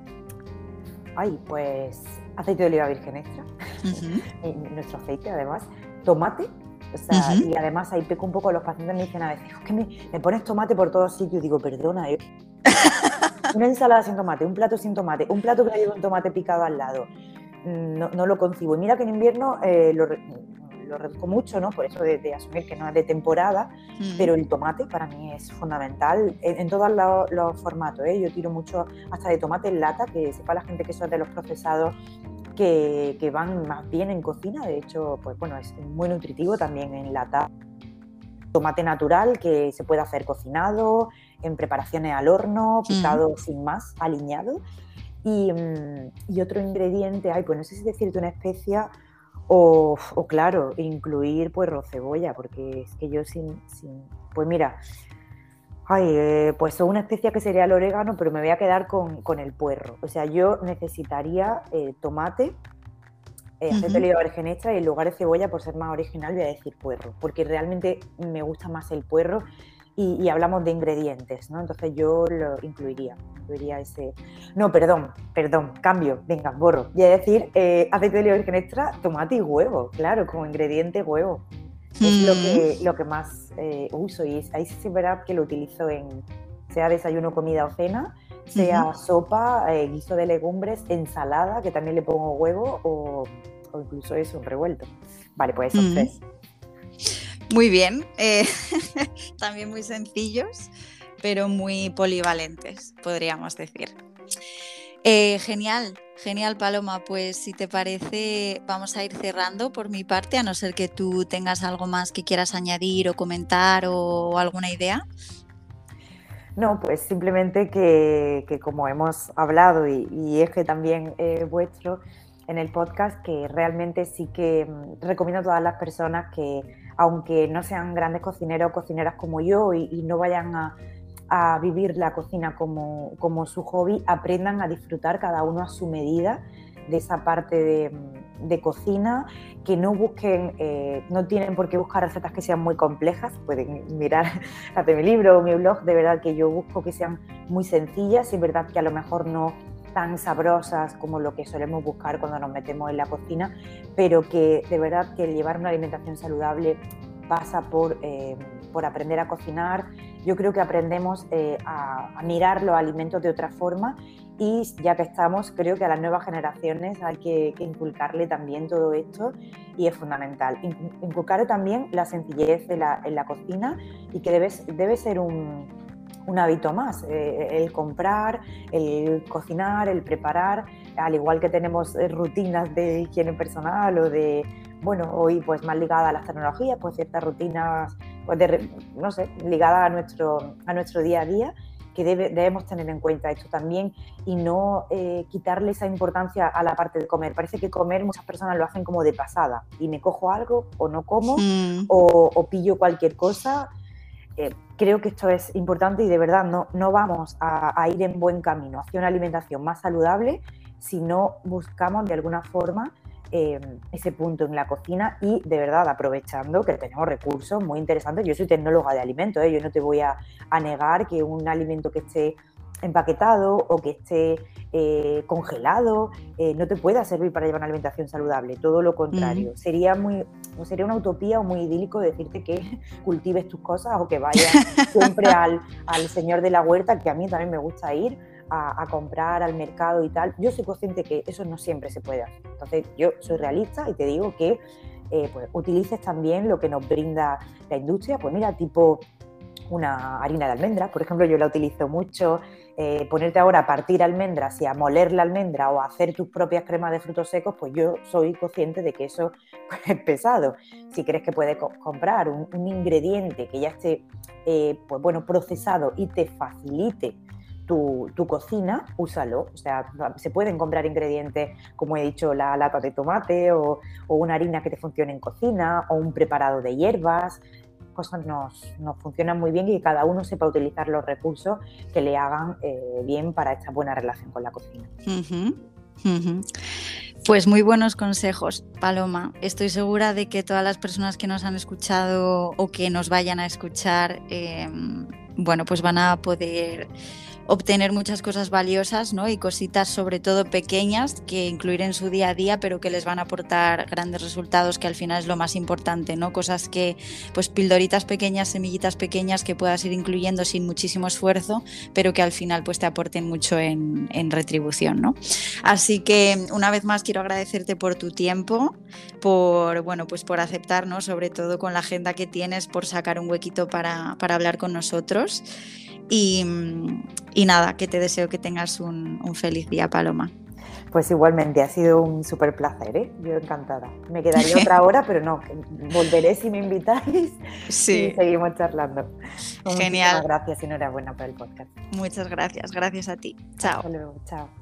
Ay, pues aceite de oliva virgen extra, uh-huh. nuestro aceite además, tomate, o sea, uh-huh. y además ahí peco un poco, los pacientes me dicen a veces, es que me, me pones tomate por todos sitios, digo, perdona, ¿eh? Una ensalada sin tomate, un plato sin tomate, un plato que lleva un tomate picado al lado, no, no lo concibo. Y mira que en invierno eh, lo, lo reduzco mucho, ¿no? Por eso de, de asumir que no es de temporada, mm. pero el tomate para mí es fundamental en, en todos los, los formatos, ¿eh? Yo tiro mucho hasta de tomate en lata, que sepa la gente que eso es de los procesados que, que van más bien en cocina, de hecho, pues bueno, es muy nutritivo también en lata. Tomate natural que se puede hacer cocinado, en preparaciones al horno, picado mm. sin más, aliñado. Y, y otro ingrediente, ay, pues no sé si decirte una especia O, o claro, incluir puerro, cebolla, porque es que yo sin... sin pues mira, ay, eh, pues una especia que sería el orégano, pero me voy a quedar con, con el puerro. O sea, yo necesitaría eh, tomate, eh, aceite de Ujú. oliva virgen extra, y en lugar de cebolla, por ser más original, voy a decir puerro, porque realmente me gusta más el puerro y, y hablamos de ingredientes, ¿no? Entonces yo lo incluiría, incluiría ese... No, perdón, perdón, cambio, venga, borro. Voy a decir eh, aceite de oliva virgen extra, tomate y huevo, claro, como ingrediente huevo. Es lo que, Mm, lo que más eh, uso y ahí sí es verdad que lo utilizo en sea desayuno, comida o cena, sea ujú, sopa, eh, guiso de legumbres, ensalada, que también le pongo huevo o, o incluso eso, un revuelto. Vale, pues esos mm. tres. Muy bien, eh, también muy sencillos, pero muy polivalentes, podríamos decir. Eh, genial, genial Paloma, pues si te parece vamos a ir cerrando por mi parte, a no ser que tú tengas algo más que quieras añadir o comentar o alguna idea. No, pues simplemente que, que como hemos hablado y, y es que también eh, vuestro en el podcast, que realmente sí que mm, recomiendo a todas las personas que, aunque no sean grandes cocineros o cocineras como yo y, y no vayan a, a vivir la cocina como, como su hobby, aprendan a disfrutar cada uno a su medida de esa parte de, de cocina, que no busquen, eh, no tienen por qué buscar recetas que sean muy complejas, pueden mirar de mi libro o mi blog, de verdad que yo busco que sean muy sencillas y es verdad que a lo mejor no tan sabrosas como lo que solemos buscar cuando nos metemos en la cocina, pero que de verdad que llevar una alimentación saludable pasa por, eh, por aprender a cocinar. Yo creo que aprendemos eh, a, a mirar los alimentos de otra forma y ya que estamos, creo que a las nuevas generaciones hay que, que inculcarle también todo esto y es fundamental. Inculcar también la sencillez en la, en la cocina y que debe, debe ser un, un hábito más, eh, el comprar, el cocinar, el preparar, al igual que tenemos rutinas de higiene personal o de, bueno, hoy pues más ligada a las tecnologías, pues ciertas rutinas, pues de, no sé, ligadas a nuestro, a nuestro día a día, que debe, debemos tener en cuenta esto también y no eh, quitarle esa importancia a la parte de comer. Parece que comer muchas personas lo hacen como de pasada y me cojo algo o no como Mm. o, o pillo cualquier cosa. Eh, creo que esto es importante y de verdad no, no vamos a, a ir en buen camino hacia una alimentación más saludable si no buscamos de alguna forma eh, ese punto en la cocina y de verdad aprovechando que tenemos recursos muy interesantes. Yo soy tecnóloga de alimentos, ¿eh? Yo no te voy a, a negar que un alimento que esté empaquetado o que esté eh, congelado eh, no te pueda servir para llevar una alimentación saludable, todo lo contrario. Mm. Sería muy, sería una utopía o muy idílico decirte que cultives tus cosas o que vayas siempre al, al señor de la huerta, que a mí también me gusta ir a, a comprar al mercado y tal. Yo soy consciente que eso no siempre se puede hacer. Entonces yo soy realista y te digo que eh, pues, utilices también lo que nos brinda la industria, pues mira, tipo una harina de almendras, por ejemplo, yo la utilizo mucho, eh, ponerte ahora a partir almendras y a moler la almendra o a hacer tus propias cremas de frutos secos, pues yo soy consciente de que eso pues, es pesado. Si crees que puedes co- comprar un, un ingrediente que ya esté eh, pues, bueno, procesado y te facilite tu, tu cocina, úsalo. O sea, se pueden comprar ingredientes, como he dicho, la lata de tomate o, o una harina que te funcione en cocina o un preparado de hierbas. Cosas nos, nos funcionan muy bien y que cada uno sepa utilizar los recursos que le hagan eh, bien para esta buena relación con la cocina. Ujú, ujú. Pues muy buenos consejos, Paloma. Estoy segura de que todas las personas que nos han escuchado o que nos vayan a escuchar, eh, bueno, pues van a poder obtener muchas cosas valiosas, ¿no? Y cositas sobre todo pequeñas que incluir en su día a día, pero que les van a aportar grandes resultados, que al final es lo más importante, ¿no? Cosas que, pues pildoritas pequeñas, semillitas pequeñas que puedas ir incluyendo sin muchísimo esfuerzo, pero que al final pues te aporten mucho en, en retribución, ¿no? Así que una vez más quiero agradecerte por tu tiempo, por, bueno, pues por aceptarnos, sobre todo con la agenda que tienes, por sacar un huequito para, para hablar con nosotros. Y, y nada, que te deseo que tengas un, un feliz día, Paloma. Pues igualmente, ha sido un súper placer, ¿eh? Yo encantada. Me quedaría otra hora, pero no, volveré si me invitáis Sí. Y seguimos charlando. Genial. Muchísimas gracias y enhorabuena por el podcast. Muchas gracias, gracias a ti. Chao. Hasta luego, chao.